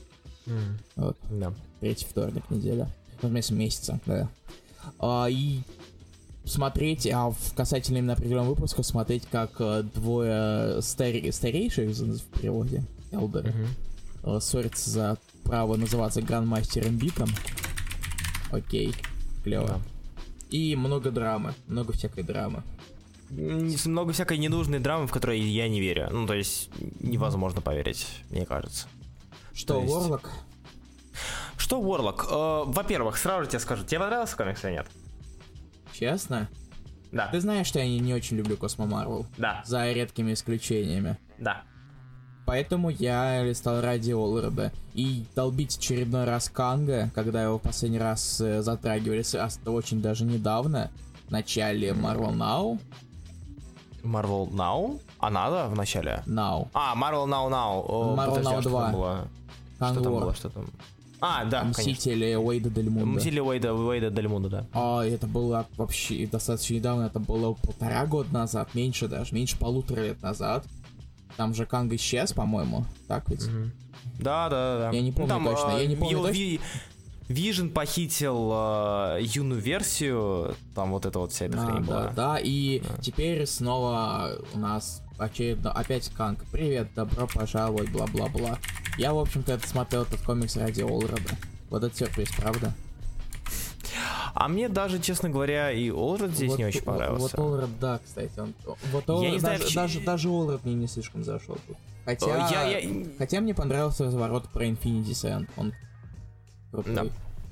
[SPEAKER 2] Вот.
[SPEAKER 3] Да.
[SPEAKER 2] Третий вторник неделя. В смысле месяца, да. И смотреть, касательно именно определенного выпуска, смотреть, как двое старейших в переводе, элдеры, ссорятся за право называться грандмастером битом. Окей, клево. Да. И много драмы, много всякой драмы.
[SPEAKER 3] Много всякой ненужной драмы, в которой я не верю. Ну, то есть, невозможно поверить, мне кажется.
[SPEAKER 2] Что, Warlock?
[SPEAKER 3] Что Warlock? Во-первых, сразу же тебе скажу, тебе понравился комикс или нет?
[SPEAKER 2] Честно?
[SPEAKER 3] Да.
[SPEAKER 2] Ты знаешь, что я не очень люблю Cosmo Marvel?
[SPEAKER 3] Да.
[SPEAKER 2] За редкими исключениями.
[SPEAKER 3] Да.
[SPEAKER 2] Поэтому я листал ради Олларда. И долбить очередной раз Канга, когда его в последний раз затрагивали, очень даже недавно, в начале Marvel Now.
[SPEAKER 3] Marvel Now? А надо в начале?
[SPEAKER 2] Now.
[SPEAKER 3] Marvel Now.
[SPEAKER 2] Marvel Now 2.
[SPEAKER 3] Что там было? Что там? Да,
[SPEAKER 2] Мстители Уэйда Дель Мунда.
[SPEAKER 3] Мстители Уэйда Дель Мунда, да.
[SPEAKER 2] Это было вообще достаточно недавно, это было 1,5 года назад, меньше 1,5 лет назад. Там же Канг исчез, по-моему, так ведь?
[SPEAKER 3] Да.
[SPEAKER 2] Я не помню точно,
[SPEAKER 3] Вижн похитил юную версию, там вот эта вот вся эта хрень была.
[SPEAKER 2] Да, и теперь снова у нас опять Канг. Привет, добро пожаловать, бла-бла-бла. Я, в общем-то, смотрел этот комикс ради Олларда. Вот это сюрприз, правда?
[SPEAKER 3] А мне даже, честно говоря, и Оллард здесь не очень понравился.
[SPEAKER 2] Вот Оллард, да, кстати. Даже Оллард мне не слишком зашел тут. Хотя мне понравился разворот про Infinity Sand. Он крутой.
[SPEAKER 3] Да.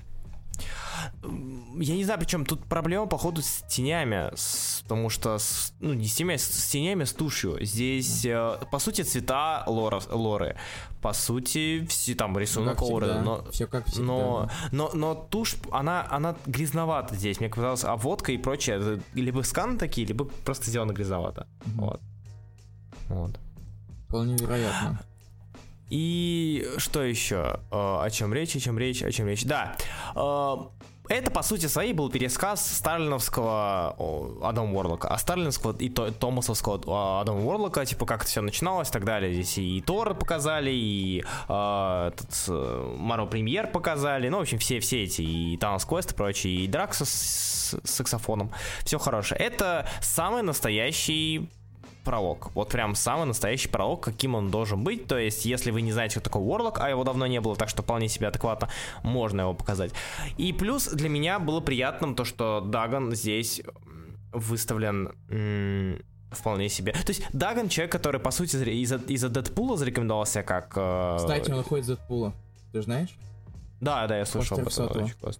[SPEAKER 3] Я не знаю, причем тут проблема, походу, с тенями, потому что, не с тенями, с тенями, с тушью. Здесь, по сути, цвета лоры, по сути, все там рисунок Олларда, но
[SPEAKER 2] все как всегда.
[SPEAKER 3] Но тушь, она грязновата здесь. Мне казалось, а водка и прочее, это либо сканы такие, либо просто сделано грязновато. Вот.
[SPEAKER 2] Вполне вероятно.
[SPEAKER 3] И что еще? О чем речь? Да. Это, по сути своей, был пересказ сталиновского Адама Уорлока, а сталинского и томасовского Адама Уорлока, типа, как это все начиналось и так далее. Здесь и Тор показали, и Марвел Премьер показали, в общем, все эти, и Танос Квест и прочее, и Дракса с саксофоном. Все хорошее. Это самый настоящий пролог. Вот прям самый настоящий пролог, каким он должен быть. То есть, если вы не знаете, кто такой Warlock, а его давно не было, так что вполне себе адекватно можно его показать. И плюс для меня было приятным то, что Даган здесь выставлен вполне себе. То есть, Даган человек, который, по сути, из-за Дэдпула зарекомендовался как...
[SPEAKER 2] Кстати, он уходит из Дэдпула. Ты знаешь?
[SPEAKER 3] Да, я слышал об этом. Очень классно.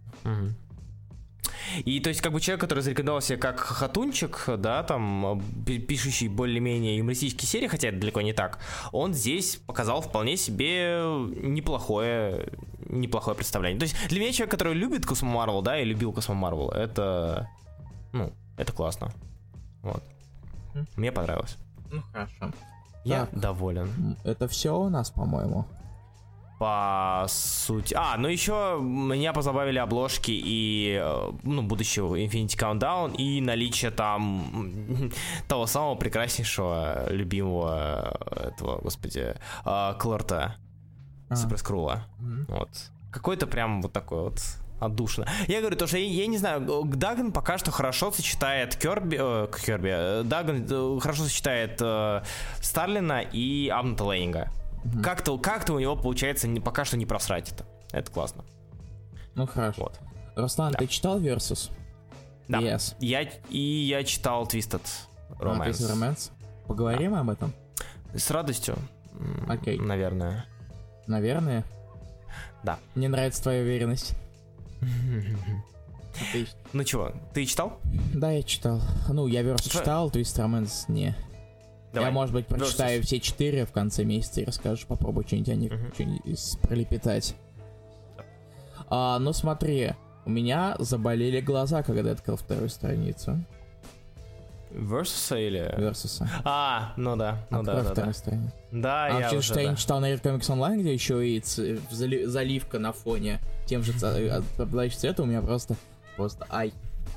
[SPEAKER 3] И то есть, как бы человек, который зарекомендовался как хохотунчик, да, там, пишущий более-менее юмористические серии, хотя это далеко не так, он здесь показал вполне себе неплохое представление. То есть, для меня человек, который любит Cosmo Marvel, да, и любил Cosmo Marvel, это классно. Вот. Мне понравилось.
[SPEAKER 2] Хорошо.
[SPEAKER 3] Я доволен.
[SPEAKER 2] Это все у нас, по-моему.
[SPEAKER 3] По сути... еще меня позабавили обложки и, будущего Infinity Countdown и наличие там того самого прекраснейшего, любимого этого, Кларта Суперскрула. Вот. Какой-то прям вот такой вот отдушно. Я говорю, то, что я не знаю, Даган пока что хорошо сочетает Даган хорошо сочетает Старлина и Абнета Лейнинга. Как-то у него получается пока что не просрать это. Это классно.
[SPEAKER 2] Хорошо. Вот. Руслан, ты читал Versus?
[SPEAKER 3] Да. Yes. Я читал Twisted Romance.
[SPEAKER 2] Twisted Romance? Поговорим об этом?
[SPEAKER 3] С радостью.
[SPEAKER 2] Окей.
[SPEAKER 3] Наверное.
[SPEAKER 2] Наверное?
[SPEAKER 3] Да.
[SPEAKER 2] Мне нравится твоя уверенность.
[SPEAKER 3] Ну чего, ты читал?
[SPEAKER 2] Да, я читал. Я Versus читал, Twisted Romance не. Давай. Я, может быть, прочитаю все 4 в конце месяца и расскажу, попробую что-нибудь о них пролепетать. Смотри, у меня заболели глаза, когда я открыл вторую страницу.
[SPEAKER 3] Versus или?
[SPEAKER 2] Versus.
[SPEAKER 3] Да.
[SPEAKER 2] Вторую страницу.
[SPEAKER 3] Да, я уже,
[SPEAKER 2] что я не читал на Red Comics Online, где еще и заливка на фоне тем же преобладающим цветом, у меня просто ай.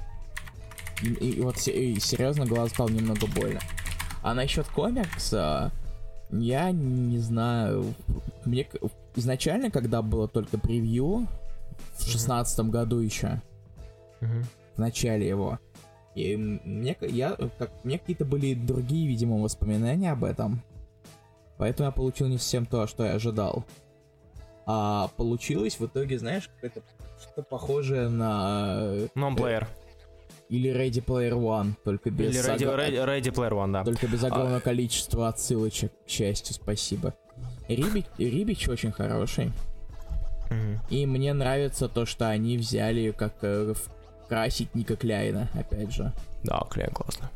[SPEAKER 2] И вот серьезно, глаз стал немного больно. А насчет комикса, я не знаю. Мне изначально, когда было только превью, в 16-м году еще, в начале его, и мне какие-то были другие, видимо, воспоминания об этом, поэтому я получил не совсем то, что я ожидал. А получилось в итоге, знаешь, какое-то что-то похожее на...
[SPEAKER 3] Non-player.
[SPEAKER 2] Или Ready Player One, только без...
[SPEAKER 3] Или Ready Player One, да.
[SPEAKER 2] Только без огромного количества отсылочек, к счастью, спасибо. Рибич очень хороший. И мне нравится то, что они взяли как красить Ника Кляйна, опять же.
[SPEAKER 3] Да, Кляйн классно.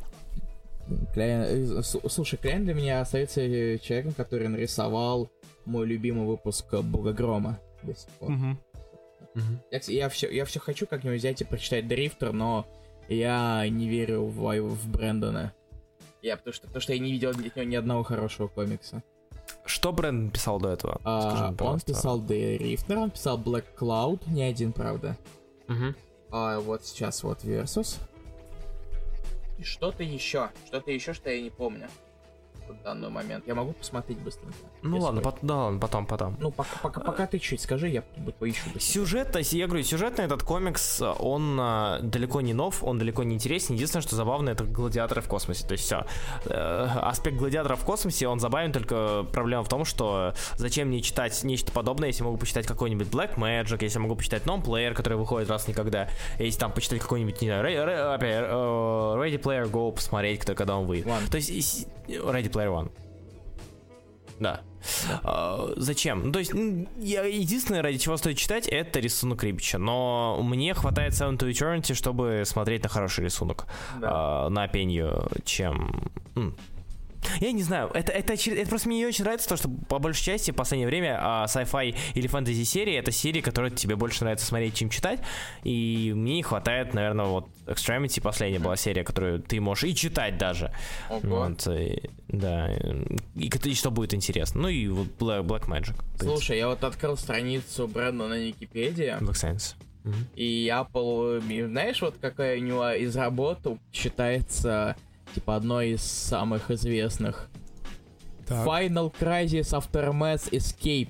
[SPEAKER 2] Слушай, Кляйн для меня остается человеком, который нарисовал мой любимый выпуск Богогрома до сих пор. Я все хочу как-нибудь взять и прочитать Дрифтер, но я не верю в Брэндона. Потому что я не видел от него ни одного хорошего комикса.
[SPEAKER 3] Что Брэндон писал до этого? Скажи,
[SPEAKER 2] он писал Дрифтер, он писал Black Cloud, не один, правда. Вот сейчас вот Versus. И что-то еще, что я не помню в данный момент. Я могу посмотреть быстренько.
[SPEAKER 3] Ну ладно, потом.
[SPEAKER 2] Ну, пока ты чуть скажи, я поищу.
[SPEAKER 3] Сюжетно этот комикс, он далеко не нов, он далеко не интересен. Единственное, что забавно, это гладиаторы в космосе. То есть все. Аспект гладиаторов в космосе, он забавен, только проблема в том, что зачем мне читать нечто подобное, если могу почитать какой-нибудь Black Magic, если могу почитать Non-Player, который выходит раз никогда, если там почитать какой-нибудь, не знаю, Ready Player Go посмотреть, когда он выйдет. То есть Ready Player One. Да. Зачем? Ну, то есть, единственное, ради чего стоит читать, это рисунок Рибича. Но мне хватает Seven to Eternity, чтобы смотреть на хороший рисунок. На пенью, чем... Я не знаю, это просто мне не очень нравится, то, что по большей части в последнее время sci-fi или фэнтези серии — это серии, которые тебе больше нравится смотреть, чем читать. И мне не хватает, наверное, вот Extremity последняя была серия, которую ты можешь и читать даже. Вот, да. И что будет интересно. Ну и вот Black Magic.
[SPEAKER 2] Слушай, я вот открыл страницу Брэндона на Википедии.
[SPEAKER 3] Black Science.
[SPEAKER 2] И Apple, знаешь, вот какая у него из работ считается... Типа одной из самых известных. Так. Final Crisis Aftermath Escape.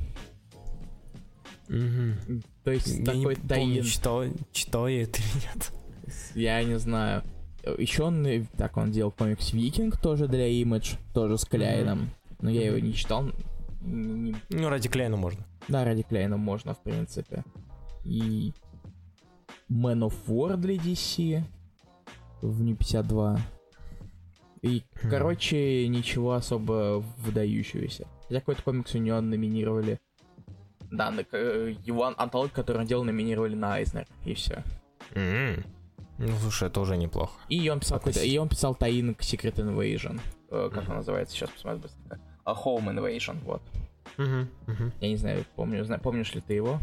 [SPEAKER 2] То есть
[SPEAKER 3] я
[SPEAKER 2] такой
[SPEAKER 3] таин. Читал я это или нет?
[SPEAKER 2] Я не знаю. Еще он делал комикс Викинг тоже для Image, тоже с Кляйном. Но я его не читал.
[SPEAKER 3] Ну, ради Кляйна можно.
[SPEAKER 2] Да, ради Кляйна можно, в принципе. И Man of War для DC в New 52. И, короче, ничего особо выдающегося. Хотя какой-то комикс у него номинировали. Да, его антологию, которую он делал, номинировали на Айзнер. И все.
[SPEAKER 3] Ну, слушай, это уже неплохо.
[SPEAKER 2] И он писал таин к Secret Invasion. Как он называется? Сейчас посмотрим быстренько. Home Invasion, вот. Я не знаю, помнишь ли ты его?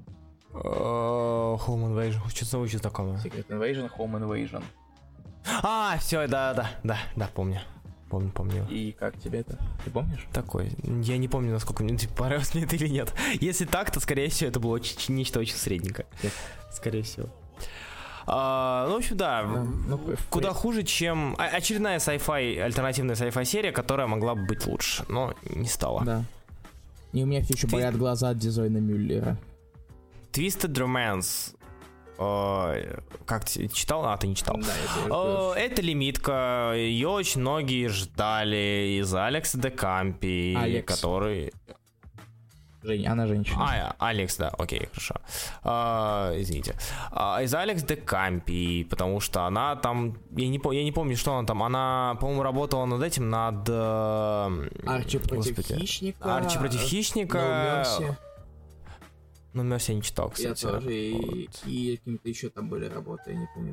[SPEAKER 3] Home Invasion. Что-то очень знакомое.
[SPEAKER 2] Secret Invasion, Home Invasion.
[SPEAKER 3] Все, да, помню. Помню.
[SPEAKER 2] И как тебе это? Ты помнишь?
[SPEAKER 3] Такой. Я не помню, насколько мне понравилось мне это или нет. Если так, то, скорее всего, это было нечто очень средненькое. Скорее всего. Ну, в общем, да. Куда хуже, чем очередная sci-fi, альтернативная sci-fi серия, которая могла бы быть лучше, но не стала. Да.
[SPEAKER 2] И у меня все еще болят глаза от Дизайна Мюллера.
[SPEAKER 3] Twisted Romance. Как ты читал? Ты не читал. Да, это лимитка. Ее очень многие ждали из Алекса де Кампи, который...
[SPEAKER 2] Она женщина.
[SPEAKER 3] Алекс, да, окей, хорошо. Извините. Из Алекс де Кампи, потому что она там... Я не помню, что она там. Она, по-моему, работала над этим, над...
[SPEAKER 2] Арчи против
[SPEAKER 3] Хищника. Ну, Мерси я не читал, кстати.
[SPEAKER 2] Я тоже, и каким-то еще там были работы, я не помню.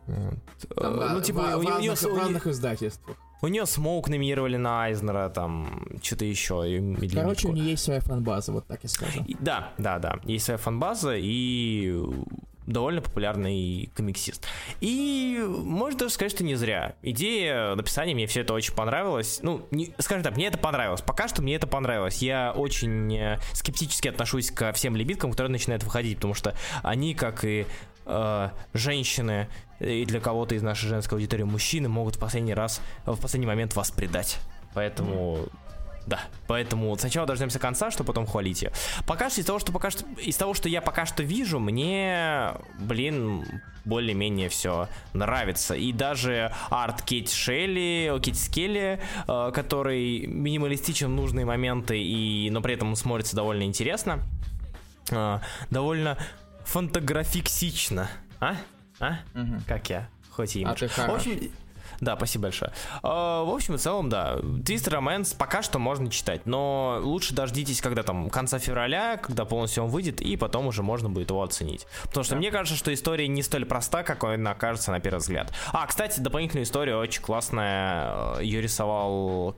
[SPEAKER 2] В разных издательствах.
[SPEAKER 3] У нее Смоук номинировали на Айзнера, там, что-то еще.
[SPEAKER 2] Короче, у нее есть своя фан-база, вот так я скажу.
[SPEAKER 3] Да, есть своя фан-база, и довольно популярный комиксист. И можно даже сказать, что не зря. Идея написания, мне все это очень понравилось. Ну, скажем так, мне это понравилось. Пока что мне это понравилось. Я очень скептически отношусь ко всем лимиткам, которые начинают выходить, потому что они, как и женщины, и для кого-то из нашей женской аудитории мужчины, могут в последний момент вас предать. Поэтому Да, поэтому сначала дождемся конца, чтобы потом хвалить ее. Пока что из того, что я пока что вижу, мне, более-менее все нравится. И даже арт Кейти Скелли, который минималистичен в нужные моменты, но при этом он смотрится довольно интересно. Довольно фантаграфиксично. Угу. Как я? Хоть и имидж. В общем, да, спасибо большое. В общем и целом, да, Twisted Romance пока что можно читать, но лучше дождитесь, когда там конца февраля, когда полностью он выйдет, и потом уже можно будет его оценить. Потому что мне кажется, что история не столь проста, как она кажется на первый взгляд. Кстати, дополнительная история очень классная. Ее рисовал,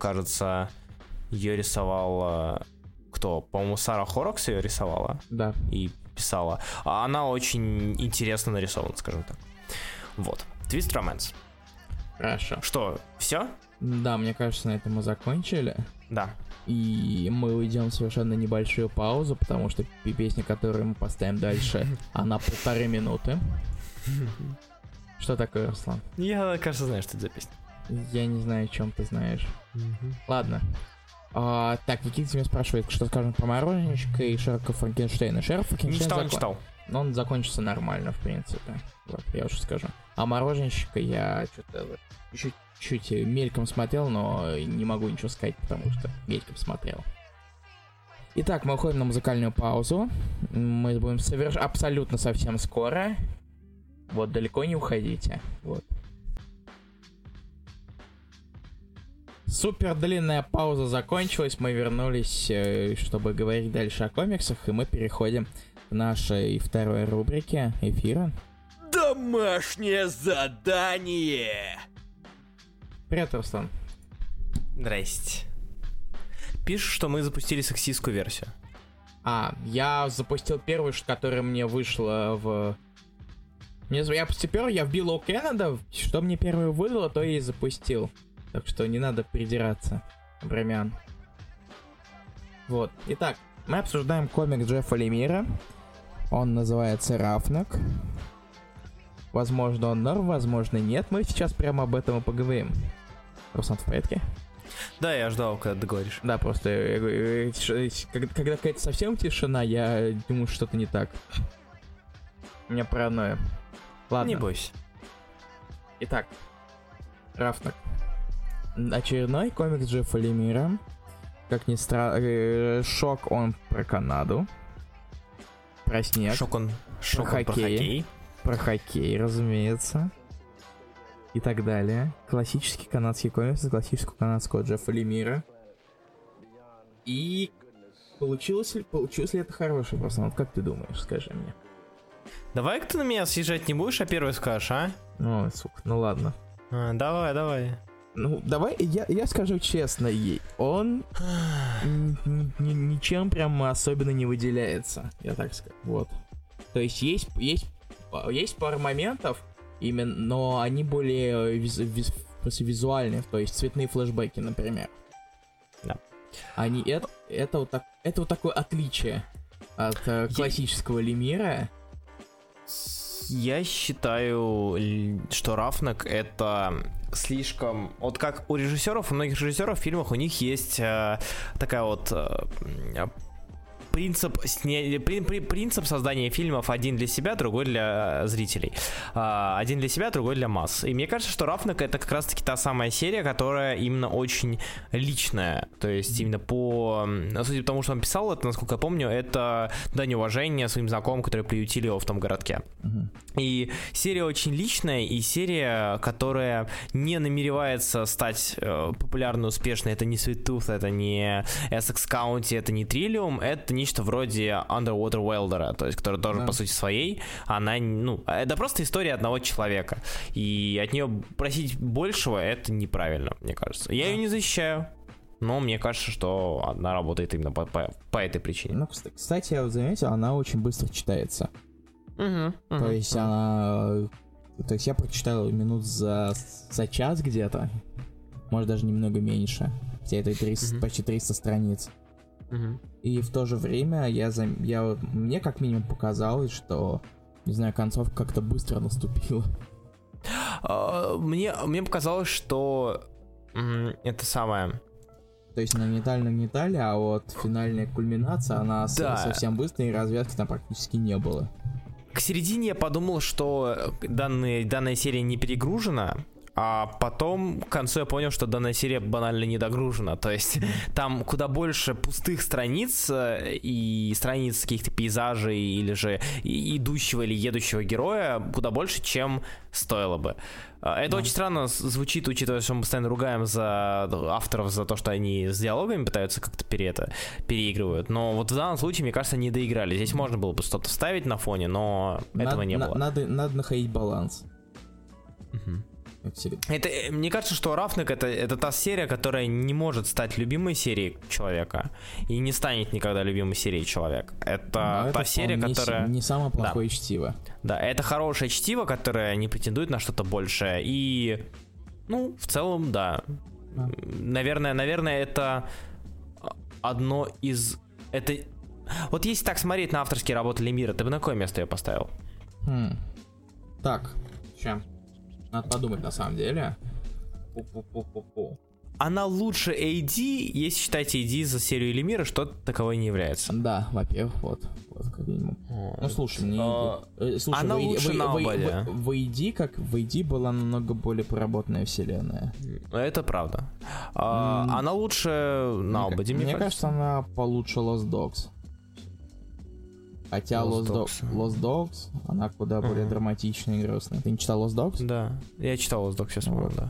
[SPEAKER 3] кто? По-моему, Сара Хоррокс ее рисовала.
[SPEAKER 2] Да.
[SPEAKER 3] И писала. Она очень интересно нарисована, скажем так. Вот. Twisted Romance.
[SPEAKER 2] Хорошо.
[SPEAKER 3] Что, все?
[SPEAKER 2] Да, мне кажется, на этом мы закончили.
[SPEAKER 3] Да.
[SPEAKER 2] И мы уйдем в совершенно небольшую паузу, потому что песня, которую мы поставим дальше, она 1,5 минуты. Что такое, Руслан?
[SPEAKER 3] Я, кажется, знаю, что это за песня.
[SPEAKER 2] Я не знаю, о чем ты знаешь. Ладно. Так, Никита меня спрашивает, что скажем про Мороженщика и Шерлока Франкенштейна. Шерлок Франкенштейн
[SPEAKER 3] не читал.
[SPEAKER 2] Но он закончится нормально, в принципе. Вот, я уже скажу. А Мороженщика я что-то чуть-чуть мельком смотрел, но не могу ничего сказать, потому что мельком смотрел. Итак, мы уходим на музыкальную паузу. Мы будем абсолютно совсем скоро. Вот, далеко не уходите. Вот. Супер длинная пауза закончилась. Мы вернулись, чтобы говорить дальше о комиксах, и мы переходим к нашей второй рубрике эфира.
[SPEAKER 1] Домашнее задание!
[SPEAKER 2] Привет, Руслан.
[SPEAKER 3] Здрасте. Пишут, что мы запустили сексистскую версию.
[SPEAKER 2] Я запустил первую, которая мне вышла в... Я запустил первую, я вбил О Кеннеда, что мне первую выдало, то я и запустил. Так что не надо придираться, брамян. Вот. Итак, мы обсуждаем комикс Джеффа Лемира. Он называется «Рафнак». Возможно, он норм, возможно, нет. Мы сейчас прямо об этом и поговорим. Руслан, в порядке?
[SPEAKER 3] Да, я ждал, когда ты говоришь.
[SPEAKER 2] Да, просто я говорю, когда какая-то совсем тишина, я думаю, что-то не так. У меня паранойя. Ладно.
[SPEAKER 3] Не бойся.
[SPEAKER 2] Итак, «Рафнак». Очередной комикс Джеффа Лемира. Как ни странно, шок он про Канаду. Про снег.
[SPEAKER 3] Шок он про хоккей.
[SPEAKER 2] Про хоккей, разумеется. И так далее. Классический канадский комикс классического канадского Джеффа Лемира. И получилось ли это хорошее просто? Вот как ты думаешь, скажи мне.
[SPEAKER 3] Давай-ка ты на меня съезжать не будешь, а первый скажешь, а?
[SPEAKER 2] Ой, сука, ну ладно.
[SPEAKER 3] Давай.
[SPEAKER 2] Ну, давай, я скажу честно, он ничем прям особенно не выделяется, я так скажу, вот. То есть есть пара моментов, именно, но они более визуальные, то есть цветные флешбеки, например.
[SPEAKER 3] Да.
[SPEAKER 2] Это вот такое отличие от классического Лемира.
[SPEAKER 3] Я считаю, что «Рафнак» — это слишком... Вот как у режиссеров, у многих режиссеров в фильмах у них есть такая вот... Принцип создания фильмов один для себя, другой для зрителей. Один для себя, другой для масс. И мне кажется, что «Рафнак» — это как раз-таки та самая серия, которая именно очень личная. То есть именно судя по тому, что он писал, это, насколько я помню, это дань уважения своим знакомым, которые приютили его в том городке. И серия очень личная, и серия, которая не намеревается стать популярной, успешной. Это не Sweet Tooth, это не Essex County, это не Trillium, это нечто вроде Underwater Welder, то есть, которая тоже, по сути своей, она, это просто история одного человека. И от нее просить большего, это неправильно, мне кажется. Я ее не защищаю, но мне кажется, что она работает именно по этой причине.
[SPEAKER 2] Ну, кстати, я заметил, она очень быстро читается. То есть она... То есть я прочитал минут за час где-то. Может, даже немного меньше. Хотя это почти 300 страниц. И в то же время мне как минимум показалось, что, не знаю, концовка как-то быстро наступила.
[SPEAKER 3] Мне показалось, что это самое...
[SPEAKER 2] То есть нагнетали, а вот финальная кульминация, она совсем быстрая, и развязки там практически не было.
[SPEAKER 3] К середине я подумал, что данная серия не перегружена, а потом к концу я понял, что данная серия банально недогружена. То есть там куда больше пустых страниц и страниц каких-то пейзажей или же идущего или едущего героя куда больше, чем стоило бы. Это очень странно звучит, учитывая, что мы постоянно ругаем за авторов за то, что они с диалогами пытаются как-то переигрывают. Но вот в данном случае, мне кажется, не доиграли. Здесь можно было бы что-то вставить на фоне, но этого не было.
[SPEAKER 2] Надо находить баланс.
[SPEAKER 3] Это, мне кажется, что Roughneck это та серия, которая не может стать любимой серией человека и не станет никогда любимой серией человека. Это та серия, которая...
[SPEAKER 2] Не самое плохое чтиво.
[SPEAKER 3] Да, это хорошее чтиво, которое не претендует на что-то большее. И, ну, в целом, да. Наверное, это одно из... Вот если так смотреть на авторские работы Лемира, ты бы на какое место ее поставил?
[SPEAKER 2] Так, сейчас. Надо подумать, на самом деле.
[SPEAKER 3] Она лучше AD, если считать AD за серию Лемира, что таковой не является.
[SPEAKER 2] Да, во-первых, вот как минимум. Ну, слушай, слушай,
[SPEAKER 3] она лучше Nobody.
[SPEAKER 2] В AD была намного более проработанная вселенная.
[SPEAKER 3] Это правда. Она лучше Nobody,
[SPEAKER 2] мне кажется, она получше Lost Dogs. Хотя Lost Dogs, она куда более драматичная и грустная. Ты не читал Lost Dogs?
[SPEAKER 3] Да, я читал Lost Dogs, сейчас помню, да.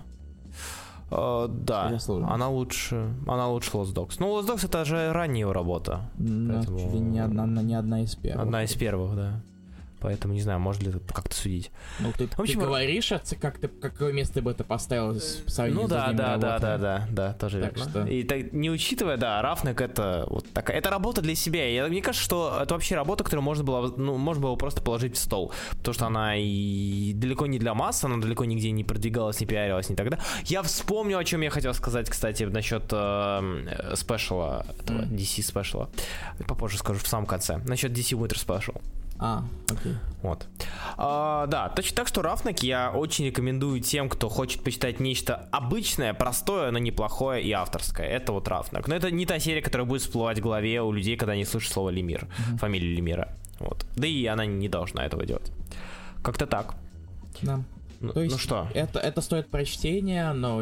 [SPEAKER 3] Да, она лучше Lost Dogs. Ну, Lost Dogs это же ранняя его работа.
[SPEAKER 2] Поэтому... Чуть ли не одна из первых.
[SPEAKER 3] Одна из первых, да. Поэтому не знаю, можно ли как-то судить.
[SPEAKER 2] Ну, ты говоришь, какое место бы ты поставил по сравнению с другими работами?
[SPEAKER 3] Да, тоже так верно. Что... И так, не учитывая, да, Roughneck это вот такая, это работа для себя. Мне кажется, что это вообще работа, которую можно было просто положить в стол. Потому что она и далеко не для масс, она далеко нигде не продвигалась, не пиарилась, не тогда. Я вспомнил, о чем я хотел сказать, кстати, насчет спешала, DC спешала. Попозже скажу в самом конце. Насчет DC Winter Special.
[SPEAKER 2] Окей.
[SPEAKER 3] Вот. Да, так что Roughneck я очень рекомендую тем, кто хочет почитать нечто обычное, простое, но неплохое и авторское. Это вот Roughneck. Но это не та серия, которая будет всплывать в голове у людей, когда они слышат слово Лемир, фамилию Лемира. Вот. Да и она не должна этого делать. Как-то так.
[SPEAKER 2] Да. То есть,
[SPEAKER 3] что?
[SPEAKER 2] Это стоит прочтения, но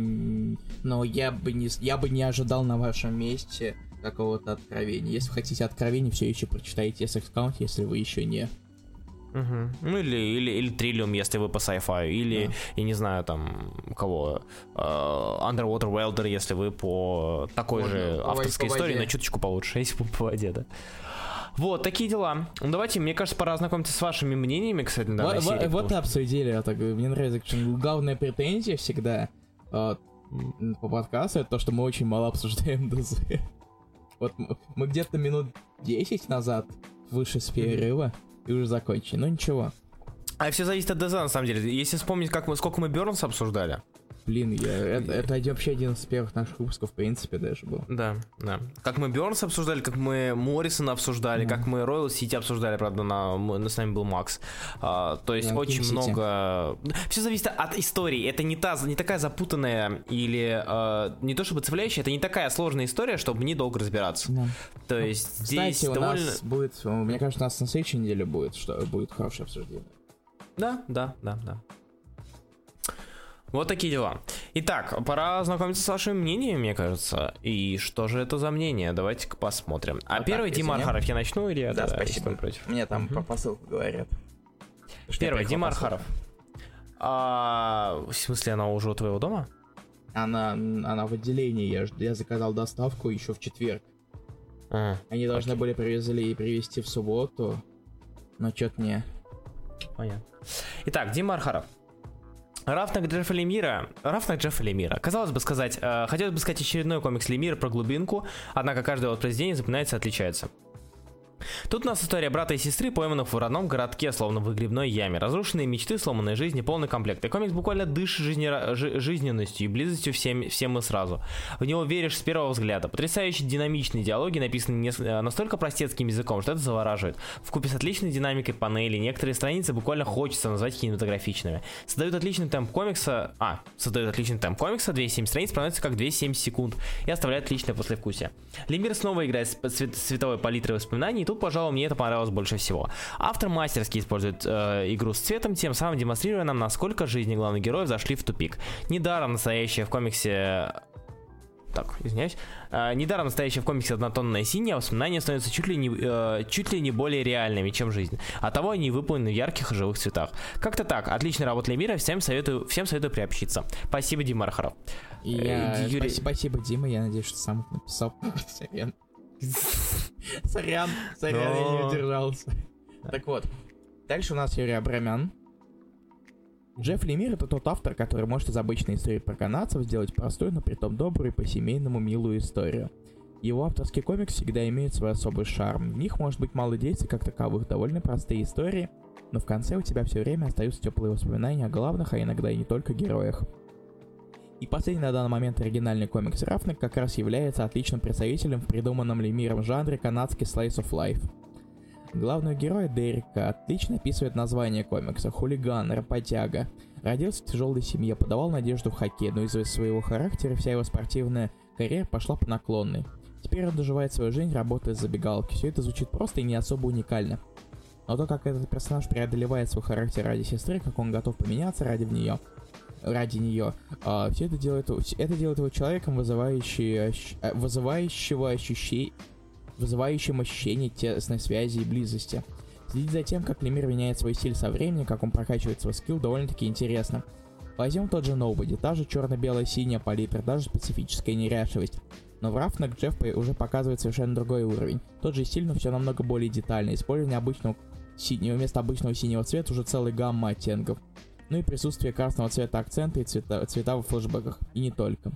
[SPEAKER 2] я бы не ожидал на вашем месте какого-то откровения. Если вы хотите откровения, все еще прочитайте Essex County, если вы еще не.
[SPEAKER 3] Ну или Trillium, если вы по sci-fi, или, я не знаю, там, кого, Underwater Welder, если вы по такой же авторской истории, но чуточку получше, если вы по воде, да. Вот, такие дела. Ну, давайте, мне кажется, пора ознакомиться с вашими мнениями, кстати, на данной серии.
[SPEAKER 2] Вот и обсудили, мне нравится, главная претензия всегда по подкасту, это то, что мы очень мало обсуждаем ДЗ. Вот мы где-то минут 10 назад вышли с перерыва и уже закончили, но ничего.
[SPEAKER 3] А все зависит от ДЗ, на самом деле. Если вспомнить, сколько мы Бёрнс обсуждали.
[SPEAKER 2] Блин, это вообще один из первых наших выпусков, в принципе, даже был.
[SPEAKER 3] Да. Как мы Бёрнс обсуждали, как мы Моррисона обсуждали, как мы Royal City обсуждали, правда, с нами был Макс. То есть очень много... Все зависит от истории. Это не такая запутанная или не то чтобы цепляющая, это не такая сложная история, чтобы не долго разбираться. Да. То есть здесь
[SPEAKER 2] кстати,
[SPEAKER 3] довольно...
[SPEAKER 2] у нас будет, мне кажется, у нас на следующей неделе будет хорошее обсуждение.
[SPEAKER 3] Да. Вот такие дела. Итак, пора ознакомиться с вашими мнениями, мне кажется. И что же это за мнение? Давайте-ка посмотрим. Первый, Дима Архаров, я начну или...
[SPEAKER 2] Да, спасибо. Мне там по посылку говорят.
[SPEAKER 3] Первый, Дима Архаров. В смысле, она уже у твоего дома?
[SPEAKER 2] Она в отделении. Я заказал доставку еще в четверг. Они должны были привезти в субботу, но что-то не...
[SPEAKER 3] Понятно. Итак, Дима Архаров. Roughneck Джеффа Лемира. Казалось бы сказать, хотелось бы сказать очередной комикс Лемира про глубинку, однако каждое вот произведение запоминается и отличается. Тут у нас история брата и сестры, пойманных в родном городке, словно в выгребной яме. Разрушенные мечты, сломанные жизни, полный комплект. И комикс буквально дышит жизненностью и близостью всем и сразу. В него веришь с первого взгляда. Потрясающие динамичные диалоги, написанные настолько простецким языком, что это завораживает. Вкупе с отличной динамикой панели, некоторые страницы буквально хочется назвать кинематографичными. Создают отличный темп комикса, 207 страниц проносится как 207 секунд и оставляет отличное послевкусие. Лемир снова играет с цветовой палитрой воспоминаний, и тут, пожалуй, мне это понравилось больше всего. Автор мастерски использует игру с цветом, тем самым демонстрируя нам, насколько жизни главных героев зашли в тупик. Недаром настоящая в комиксе... Недаром настоящая в комиксе однотонная синяя, воспоминания становятся чуть ли не более реальными, чем жизнь. Оттого они выполнены в ярких и живых цветах. Как-то так. Отличная работа Лемира, всем советую приобщиться. Спасибо, Дима Архаров.
[SPEAKER 2] Спасибо, Дима, я надеюсь, что сам написал. Сорян, я не удержался. Так вот, дальше у нас Юрий Абрамян. Джефф Лемир — это тот автор, который может из обычной истории про канадцев сделать простую, но притом добрую и по-семейному милую историю. Его авторский комикс всегда имеет свой особый шарм. В них может быть мало действий как таковых, довольно простые истории, но в конце у тебя все время остаются теплые воспоминания о главных, а иногда и не только героях. И последний на данный момент оригинальный комикс Рафник как раз является отличным представителем в придуманном Лемиром жанре канадский slice of life. Главного героя Дерека отлично описывает название комикса: хулиган, работяга. Родился в тяжелой семье, подавал надежду в хоккей, но из-за своего характера вся его спортивная карьера пошла по наклонной. Теперь он доживает свою жизнь, работая в забегалке. Все это звучит просто и не особо уникально. Но то, как этот персонаж преодолевает свой характер ради сестры, как он готов поменяться ради нее, все это делает его человеком, вызывающим ощущение тесной связи и близости. Следить за тем, как Лемир меняет свой стиль со временем, как он прокачивает свой скилл, довольно-таки интересно. Возьмем тот же Nobody, та же черно-бело-синяя палитра, даже специфическая неряшливость. Но в Рафник Джефф уже показывает совершенно другой уровень. Тот же стиль, но все намного более детально. Использование обычного синего вместо обычного синего цвета уже целая гамма оттенков. Ну и присутствие красного цвета акцента и цвета в флешбеках. И не только.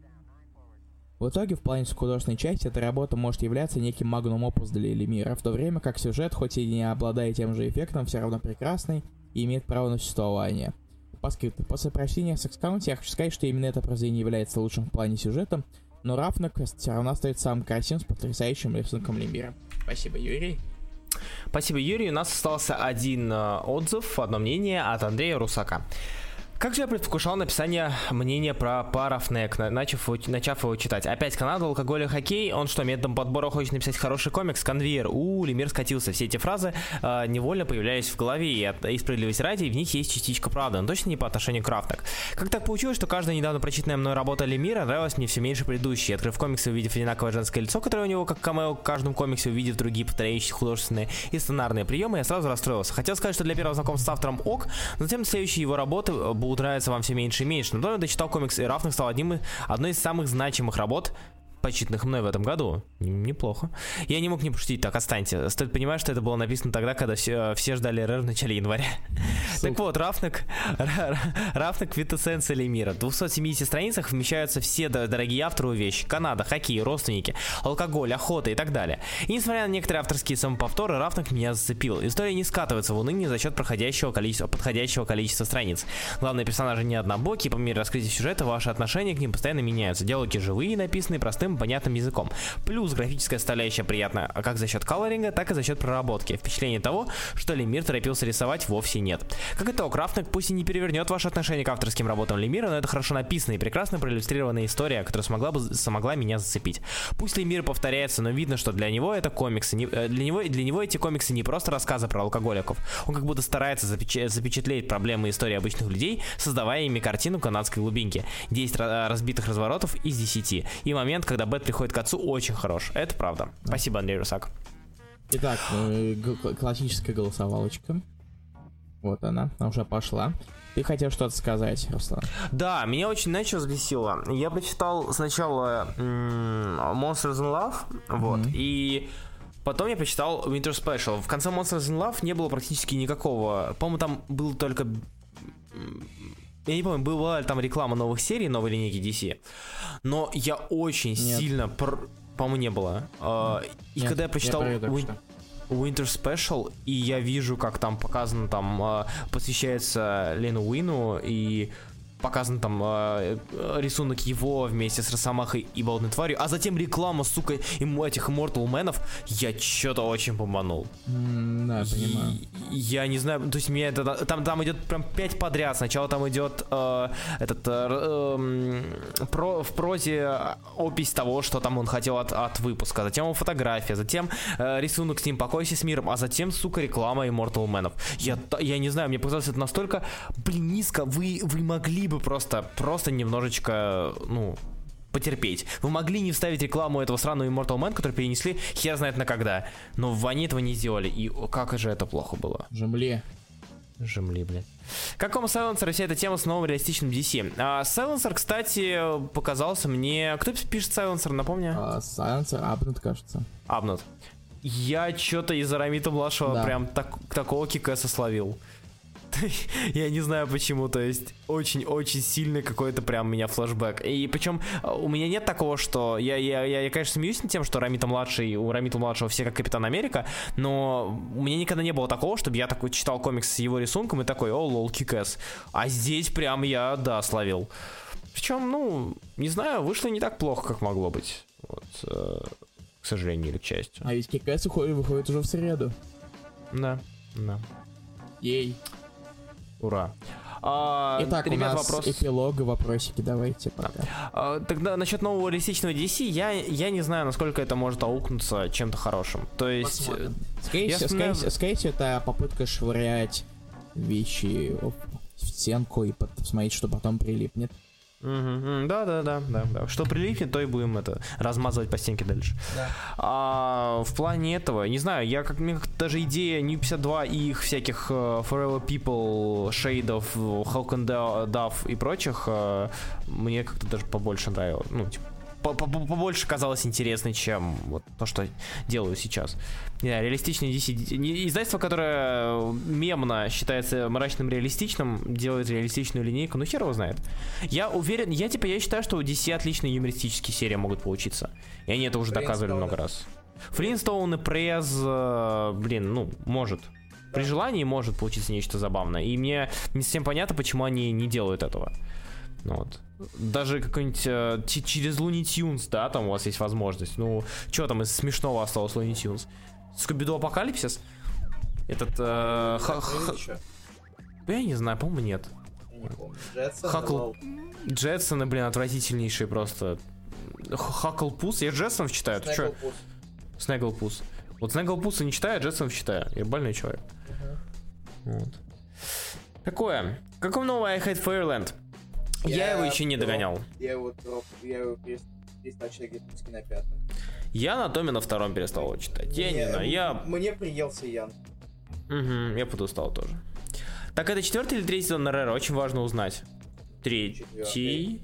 [SPEAKER 2] В итоге, в плане художественной части, эта работа может являться неким магнум опус для Лемира, в то время как сюжет, хоть и не обладает тем же эффектом, все равно прекрасный и имеет право на существование. После прочтения Sex County я хочу сказать, что именно это произведение является лучшим в плане сюжета, но Рафник все равно остается самым красивым с потрясающим рисунком Лемира. Спасибо, Юрий.
[SPEAKER 3] Спасибо, Юрий. У нас остался один отзыв, одно мнение от Андрея Русака. Как же я предвкушал написание мнения про Рафник, начав его читать. Опять Канада, алкоголь и хоккей. Он что, методом подбора хочет написать хороший комикс? Конвейер. Лемир скатился. Все эти фразы невольно появлялись в голове. И справедливости ради, в них есть частичка правды, но точно не по отношению к Рафник. Как так получилось, что каждая недавно прочитанная мной работа Лемира нравилась мне все меньше предыдущей? Открыв комиксы, увидев одинаковое женское лицо, которое у него как камео в каждом комиксе, увидев другие повторяющие художественные и сценарные приемы, я сразу расстроился. Хотел сказать, что для первого знакомства с автором ок, но затем следующие его работы будут нравиться вам все меньше и меньше. Но потом я дочитал комикс, и Рафник стал одной из самых значимых работ, почитанных мной в этом году. Неплохо. Я не мог не пошутить, так, отстаньте. Стоит понимать, что это было написано тогда, когда все ждали РР в начале января. Так вот, Рафник квинтэссенция Лемира. В 270 страницах вмещаются все дорогие автору вещи: Канада, хоккей, родственники, алкоголь, охота и так далее. И несмотря на некоторые авторские самоповторы, Рафник меня зацепил. История не скатывается в уныние за счет подходящего количества страниц. Главные персонажи не однобокие, по мере раскрытия сюжета ваши отношения к ним постоянно меняются. Диалоги живые, написанные простым, понятным языком. Плюс графическая составляющая приятна как за счет колоринга, так и за счет проработки. Впечатление того, что Лемир торопился рисовать, вовсе нет. Как итог, Рафник пусть и не перевернет ваше отношение к авторским работам Лемира, но это хорошо написанная и прекрасно проиллюстрированная история, которая смогла меня зацепить. Пусть Лемир повторяется, но видно, что для него это комиксы. Для него эти комиксы не просто рассказы про алкоголиков. Он как будто старается запечатлеть проблемы и истории обычных людей, создавая ими картину канадской глубинки. 10 разбитых разворотов из 10. И момент, когда Бэт приходит к отцу, очень хорош. Это правда. Спасибо, Андрей Русак.
[SPEAKER 2] Итак, классическая голосовалочка. Вот она уже пошла. Ты хотел что-то сказать, Руслан?
[SPEAKER 3] Да, меня очень взбесило. Я прочитал сначала Monsters in Love, вот, и потом я прочитал Winter Special. В конце Monsters in Love не было практически никакого. По-моему, там был только... Я не помню, была ли там реклама новых серий, новой линейки DC. Но я очень сильно... По-моему, не было. И когда я прочитал... Winter Special, и я вижу, как там показано, там посвящается Лену Уину, и показан там рисунок его вместе с Росомахой и Болотной тварью, а затем реклама, сука, этих Immortal Man'ов, я что-то очень поманул.
[SPEAKER 2] Да, понимаю.
[SPEAKER 3] Я не знаю, то есть мне это там идет прям 5 подряд. Сначала там идет в прозе опись того, что там он хотел от выпуска, затем его фотография, затем рисунок с ним «Покойся с миром», а затем, сука, реклама Immortal Man'ов. Я не знаю, мне показалось это настолько, низко. Вы могли бы просто немножечко, потерпеть. Вы могли не вставить рекламу этого сраного Immortal Man, который перенесли хер знает на когда. Но они этого не сделали. И как же это плохо было.
[SPEAKER 2] Жемли,
[SPEAKER 3] блядь. Как вам Silencer, вся эта тема с новым реалистичным DC? Silencer, кстати, показался мне... Кто пишет Silencer, напомни?
[SPEAKER 2] Silencer, Abnett, кажется.
[SPEAKER 3] Abnett. Я что-то из Арамита младшего прям такого кикэса словил. Я не знаю почему, то есть очень-очень сильный какой-то прям у меня флешбэк. И причем у меня нет такого, что я конечно, смеюсь над тем, что у Рамита младшего все как Капитан Америка, но у меня никогда не было такого, чтобы я такой читал комикс с его рисунком и такой, о, лол, кикэс. А здесь прям я, словил. Причем, не знаю, вышло не так плохо, как могло быть. Вот, к сожалению или к счастью.
[SPEAKER 2] А ведь кикэс выходит уже в среду.
[SPEAKER 3] Да.
[SPEAKER 2] Ей.
[SPEAKER 3] Ура.
[SPEAKER 2] Итак,
[SPEAKER 3] ребят,
[SPEAKER 2] у нас
[SPEAKER 3] вопрос...
[SPEAKER 2] эпилог и вопросики, давайте пока.
[SPEAKER 3] Тогда насчет нового реалистичного DC, я не знаю, насколько это может аукнуться чем-то хорошим. То есть...
[SPEAKER 2] Скорее всего, это попытка швырять вещи в стенку и посмотреть, что потом прилипнет.
[SPEAKER 3] Да. Что прилипнет, то и будем это размазывать по стенке дальше. Да. В плане этого, не знаю, мне как даже идея New 52 и их всяких Forever People, шейдов, Hulk and Dove и прочих мне как-то даже побольше нравилось. Побольше казалось интересной, чем вот то, что делаю сейчас. Реалистичный DC. Издательство, которое мемно считается мрачным реалистичным, делает реалистичную линейку, хер его знает. Я уверен, я считаю, что у DC отличные юмористические серии могут получиться. И они это уже доказывали много раз. Флинстоун и През, может. При желании может получиться нечто забавное. И мне не совсем понятно, почему они не делают этого. Вот. Даже какой-нибудь через Looney Tunes, да, там у вас есть возможность. Что там из смешного осталось Looney Tunes? Скуби-Ду Апокалипсис? Этот... Я не знаю, по-моему, нет.
[SPEAKER 2] Я не помню.
[SPEAKER 3] Джетсоны, отвратительнейшие просто. Хаклпус? Я Джетсонов читаю. Снегглпус. Вот Снегглпуса не читаю, а Джетсонов читаю. Я больной человек. Вот. Такое. Как вам новый I Hate Fairyland? Я его еще не догонял.
[SPEAKER 2] Я его перестал читать где-то на 5-м.
[SPEAKER 3] Я на томе на 2-м перестал его читать. Я не знаю,
[SPEAKER 2] Мне приелся Ян.
[SPEAKER 3] Я подустал тоже. Так, это 4-й или 3-й сезон Рера? Очень важно узнать. 3-й.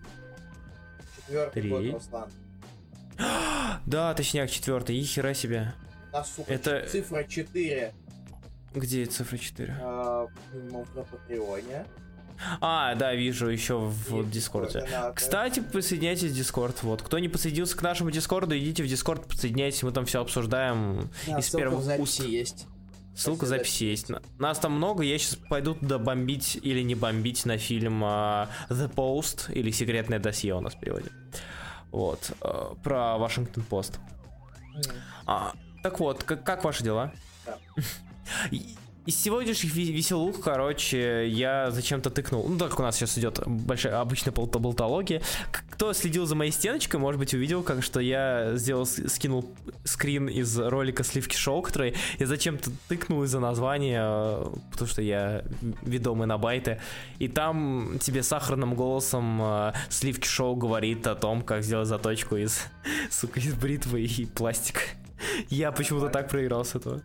[SPEAKER 2] 4-й год, Руслан.
[SPEAKER 3] Да, точняк, 4-й. И хера себе.
[SPEAKER 2] Это цифра 4.
[SPEAKER 3] Где цифра 4?
[SPEAKER 2] На Патреоне.
[SPEAKER 3] Да, вижу еще в Дискорде. Кстати, присоединяйтесь в Дискорд. Вот. Кто не подсоединился к нашему Дискорду, идите в Дискорд, подсоединяйтесь, мы там все обсуждаем. Из первых уст.
[SPEAKER 2] Есть.
[SPEAKER 3] Ссылка в записи есть. Нас там много, я сейчас пойду туда бомбить или не бомбить на фильм The Post, или Секретное досье у нас в переводе. Вот. Про Вашингтон-Пост. Так вот, как ваши дела?
[SPEAKER 2] Да.
[SPEAKER 3] Из сегодняшних веселух, я зачем-то тыкнул. Так у нас сейчас идет большая обычная болтология. Кто следил за моей стеночкой, может быть, увидел, что я скинул скрин из ролика Сливки Шоу, который я зачем-то тыкнул из-за названия, потому что я ведомый на байты. И там тебе сахарным голосом Сливки Шоу говорит о том, как сделать заточку из бритвы и пластика. Я почему-то так проиграл с этого.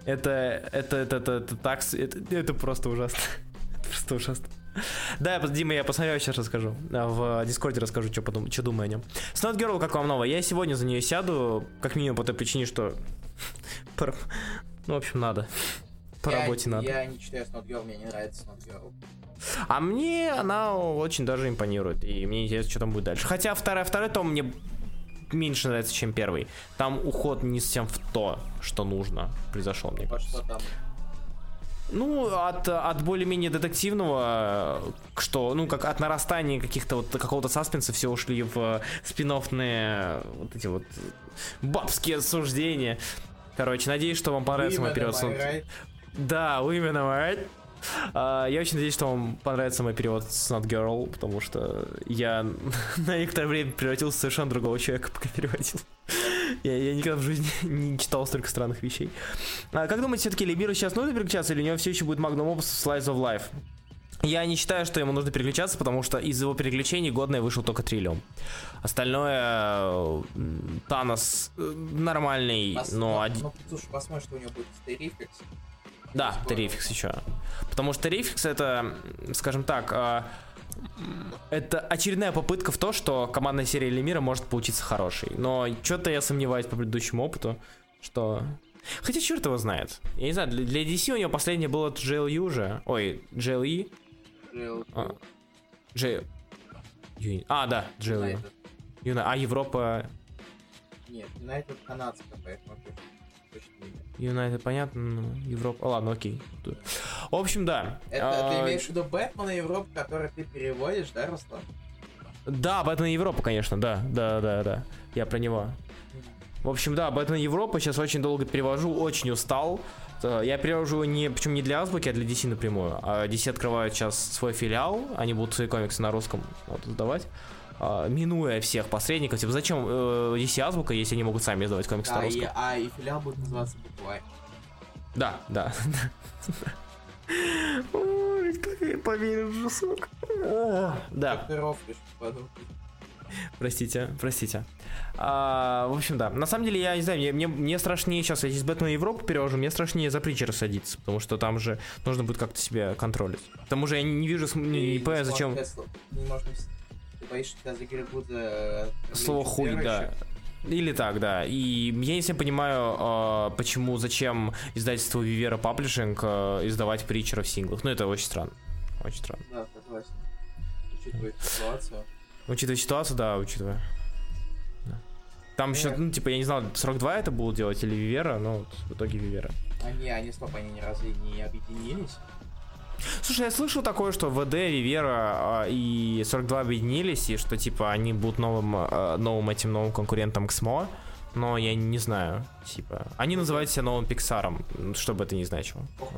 [SPEAKER 3] Это просто ужасно. Просто ужасно. Да, Дима, я посмотрел, сейчас расскажу. В Дискорде расскажу, что думаю о нем. Snot Girl, как вам новая? Я сегодня за нее сяду, как минимум по той причине, что... в общем, надо. По работе надо.
[SPEAKER 2] Я не читаю Snot Girl, мне не нравится Snot Girl.
[SPEAKER 3] А мне она очень даже импонирует. И мне интересно, что там будет дальше. Хотя второй том мне меньше нравится, чем первый. Там уход не совсем то, что нужно, произошло, мне кажется. Ну, от более-менее детективного, что, ну, как от нарастания какого-то саспенса все ушли в спин-оффные вот эти вот бабские осуждения. Короче, надеюсь, что вам понравится мой перевод. Да, Women am I right? Я очень надеюсь, что вам понравится мой перевод с Not Girl, потому что я на некоторое время превратился в совершенно другого человека, пока переводил. Я никогда в жизни не читал столько странных вещей. Как думаете, все-таки Лемиру сейчас нужно переключаться, или у него все еще будет Magnum Opus Slice of Life? Я не считаю, что ему нужно переключаться, потому что из его переключений годное вышел только Триллиум. Остальное Танос нормальный, но...
[SPEAKER 2] Слушай, посмотрим, что у него будет с Terrifix.
[SPEAKER 3] Да, Terrifix еще. Потому что Terrifix это, скажем так, это очередная попытка в то, что командная серия Лемира может получиться хорошей. Но что-то я сомневаюсь по предыдущему опыту, что... Хотя черт его знает. Я не знаю, для DC у него последнее было JLU же. Ой, JLE. Да, JLU. А Европа...
[SPEAKER 2] Нет, United канадская, поэтому точно не.
[SPEAKER 3] United, понятно, Европа... Ладно, окей. В общем, да.
[SPEAKER 2] Это ты имеешь в виду Бэтмена Европа, который ты переводишь, да, Руслан?
[SPEAKER 3] Да, Бэтмен Европа, конечно, да. Я про него. В общем, да, Бэтмен Европа сейчас очень долго перевожу, очень устал. Я перевожу причем не для Азбуки, а для DC напрямую. А DC открывают сейчас свой филиал, они будут свои комиксы на русском издавать. Минуя всех посредников. Типа, зачем DC Азбука, если они могут сами издавать комиксы на русском?
[SPEAKER 2] И филиал будет называться Букварь.
[SPEAKER 3] Да. Ой, как я поверил, жесток. Да. Простите. В общем, да. На самом деле, я не знаю, мне страшнее сейчас, если с Бэтмена Европу перевожу, мне страшнее за Притчера садиться, потому что там же нужно будет как-то себя контролить. К тому же я не вижу, не понимаю, зачем...
[SPEAKER 2] Ты боишься, что тебя загребут за...
[SPEAKER 3] Слово хуй, да. Или так, да. И я не совсем понимаю, зачем издательству Vivera Publishing издавать Притчера в синглах. Ну, это очень странно. Очень странно.
[SPEAKER 2] Да, согласен. Учитывая ситуацию,
[SPEAKER 3] да, учитывая. Да. Там еще, я не знал, 42 это будут делать или Vivera, но вот в итоге Vivera.
[SPEAKER 2] Они ни разу не объединились.
[SPEAKER 3] Слушай, я слышал такое, что ВД, Vivera и 42 объединились, и что, типа, они будут новым конкурентом к СМО, но я не знаю, типа, они называют себя новым Пиксаром, что бы это ни значило.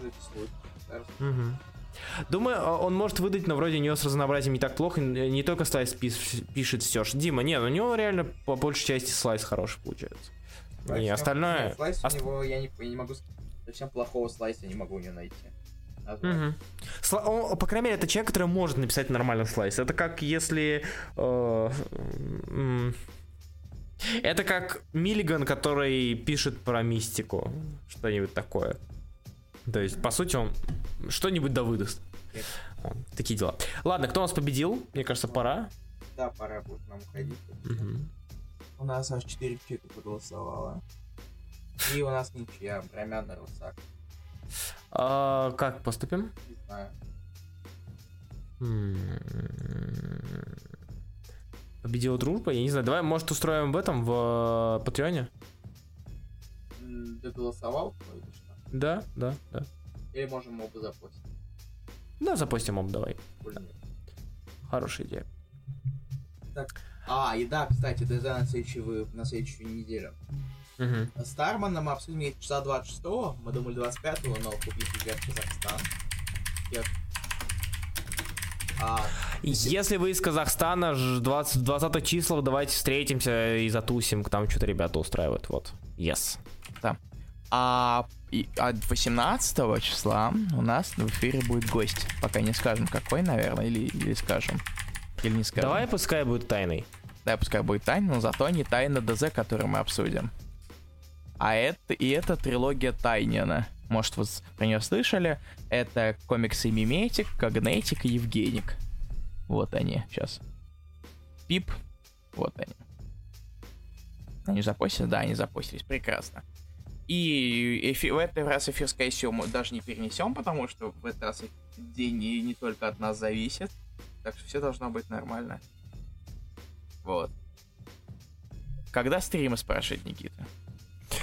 [SPEAKER 3] Думаю, он может выдать, но вроде у него с разнообразием не так плохо, не только слайс пишет все. Дима, нет, у него реально по большей части слайс хороший получается. И остальное...
[SPEAKER 2] Слайс у него, я не могу сказать, совсем плохого слайса не могу у него найти.
[SPEAKER 3] По крайней мере, это человек, который может написать нормальный слайс. Это как если... Это как Миллиган, который пишет про мистику. Что-нибудь такое. То есть, по сути, он что-нибудь да выдаст. Такие дела. Ладно, кто у нас победил? Мне кажется, пора.
[SPEAKER 2] Да, пора будет нам уходить. У нас аж 4 человека проголосовало. И у нас ничья. Бромян и Русак.
[SPEAKER 3] Как поступим?
[SPEAKER 2] Не знаю.
[SPEAKER 3] Победила дружба? Я не знаю. Давай, может, устроим в этом, в Патреоне?
[SPEAKER 2] Ты голосовал?
[SPEAKER 3] Да.
[SPEAKER 2] Или можем мобы запостить?
[SPEAKER 3] Да, запостим моб, давай. Да. Хорошая идея.
[SPEAKER 2] Так. И да, кстати, ДЗ на следующую неделю. Стармана мы обсудим часа 26-го, мы думали 25-го, но купить билет в Казахстан.
[SPEAKER 3] Если вы из Казахстана, 20 числа, давайте встретимся и затусим, там что-то ребята устраивают, вот. Yes.
[SPEAKER 2] Да. А 18 числа у нас в эфире будет гость. Пока не скажем какой, наверное, или скажем. Или не скажем.
[SPEAKER 3] Давай, пускай будет тайной.
[SPEAKER 2] Да, пускай будет тайной, но зато не тайна ДЗ, которую мы обсудим. Это трилогия Тайнина. Может, вы про нее слышали? Это комиксы Миметик, Когнетик и Евгеник. Вот они сейчас. Пип. Вот они. Они запостились? Да, они запостились. Прекрасно. И в этот раз эфир, скорее всего, мы даже не перенесем, потому что в этот раз день не только от нас зависит. Так что все должно быть нормально. Вот. Когда стримы, спрашивает Никита?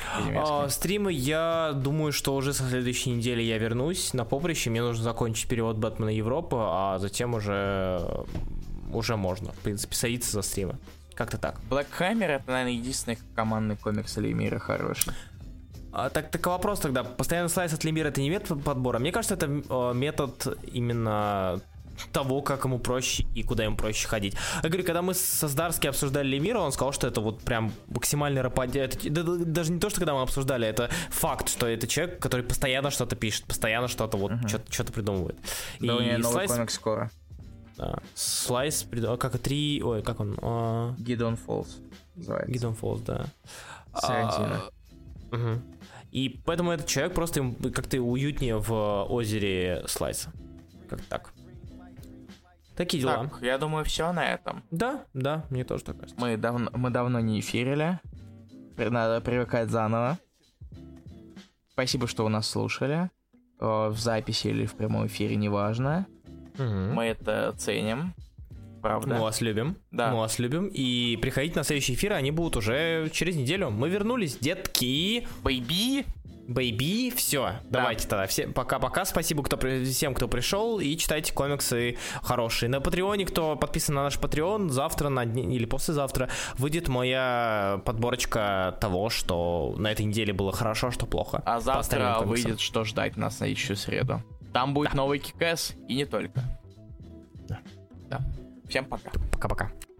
[SPEAKER 3] Стримы, я думаю, что уже со следующей недели я вернусь на поприще. Мне нужно закончить перевод Бэтмена Европы, а затем уже можно, в принципе, садиться за стримы. Как-то так.
[SPEAKER 2] Black Hammer — это, наверное, единственный командный комикс Лемира хороший.
[SPEAKER 3] Так вопрос тогда. Постоянный слайс от Лемира — это не метод подбора? Мне кажется, это метод именно того, как ему проще и куда ему проще ходить. Я говорю, когда мы со Здарски обсуждали Лемира, он сказал, что это вот прям максимальный даже не то, что когда мы обсуждали, это факт, что это человек, который постоянно что-то пишет, постоянно что-то вот что-то придумывает.
[SPEAKER 2] Да, у него новый комикс скоро.
[SPEAKER 3] Слайс, как он?
[SPEAKER 2] Gideon Falls называется.
[SPEAKER 3] Gideon Falls, да.
[SPEAKER 2] Сарантино.
[SPEAKER 3] И поэтому этот человек просто ему как-то уютнее в озере Слайса. Как-то так. Такие дела.
[SPEAKER 2] Так, я думаю, все на этом.
[SPEAKER 3] Да, мне тоже так кажется.
[SPEAKER 2] Мы давно не эфирили. Надо привыкать заново. Спасибо, что вы нас слушали. В записи или в прямом эфире, неважно. Мы это ценим. Правда.
[SPEAKER 3] Мы вас любим.
[SPEAKER 2] Да.
[SPEAKER 3] Мы вас любим. И приходите на следующие эфиры, они будут уже через неделю. Мы вернулись, детки. Бэйби, все. Да. Давайте тогда. Всем пока-пока. Спасибо всем, кто пришел. И читайте комиксы хорошие. На Патреоне, кто подписан на наш Патреон, завтра или послезавтра выйдет моя подборочка того, что на этой неделе было хорошо, что плохо.
[SPEAKER 2] А завтра выйдет, что ждать нас на следующую среду. Там будет новый Кикэс и не только. Да. Всем пока.
[SPEAKER 3] Пока-пока.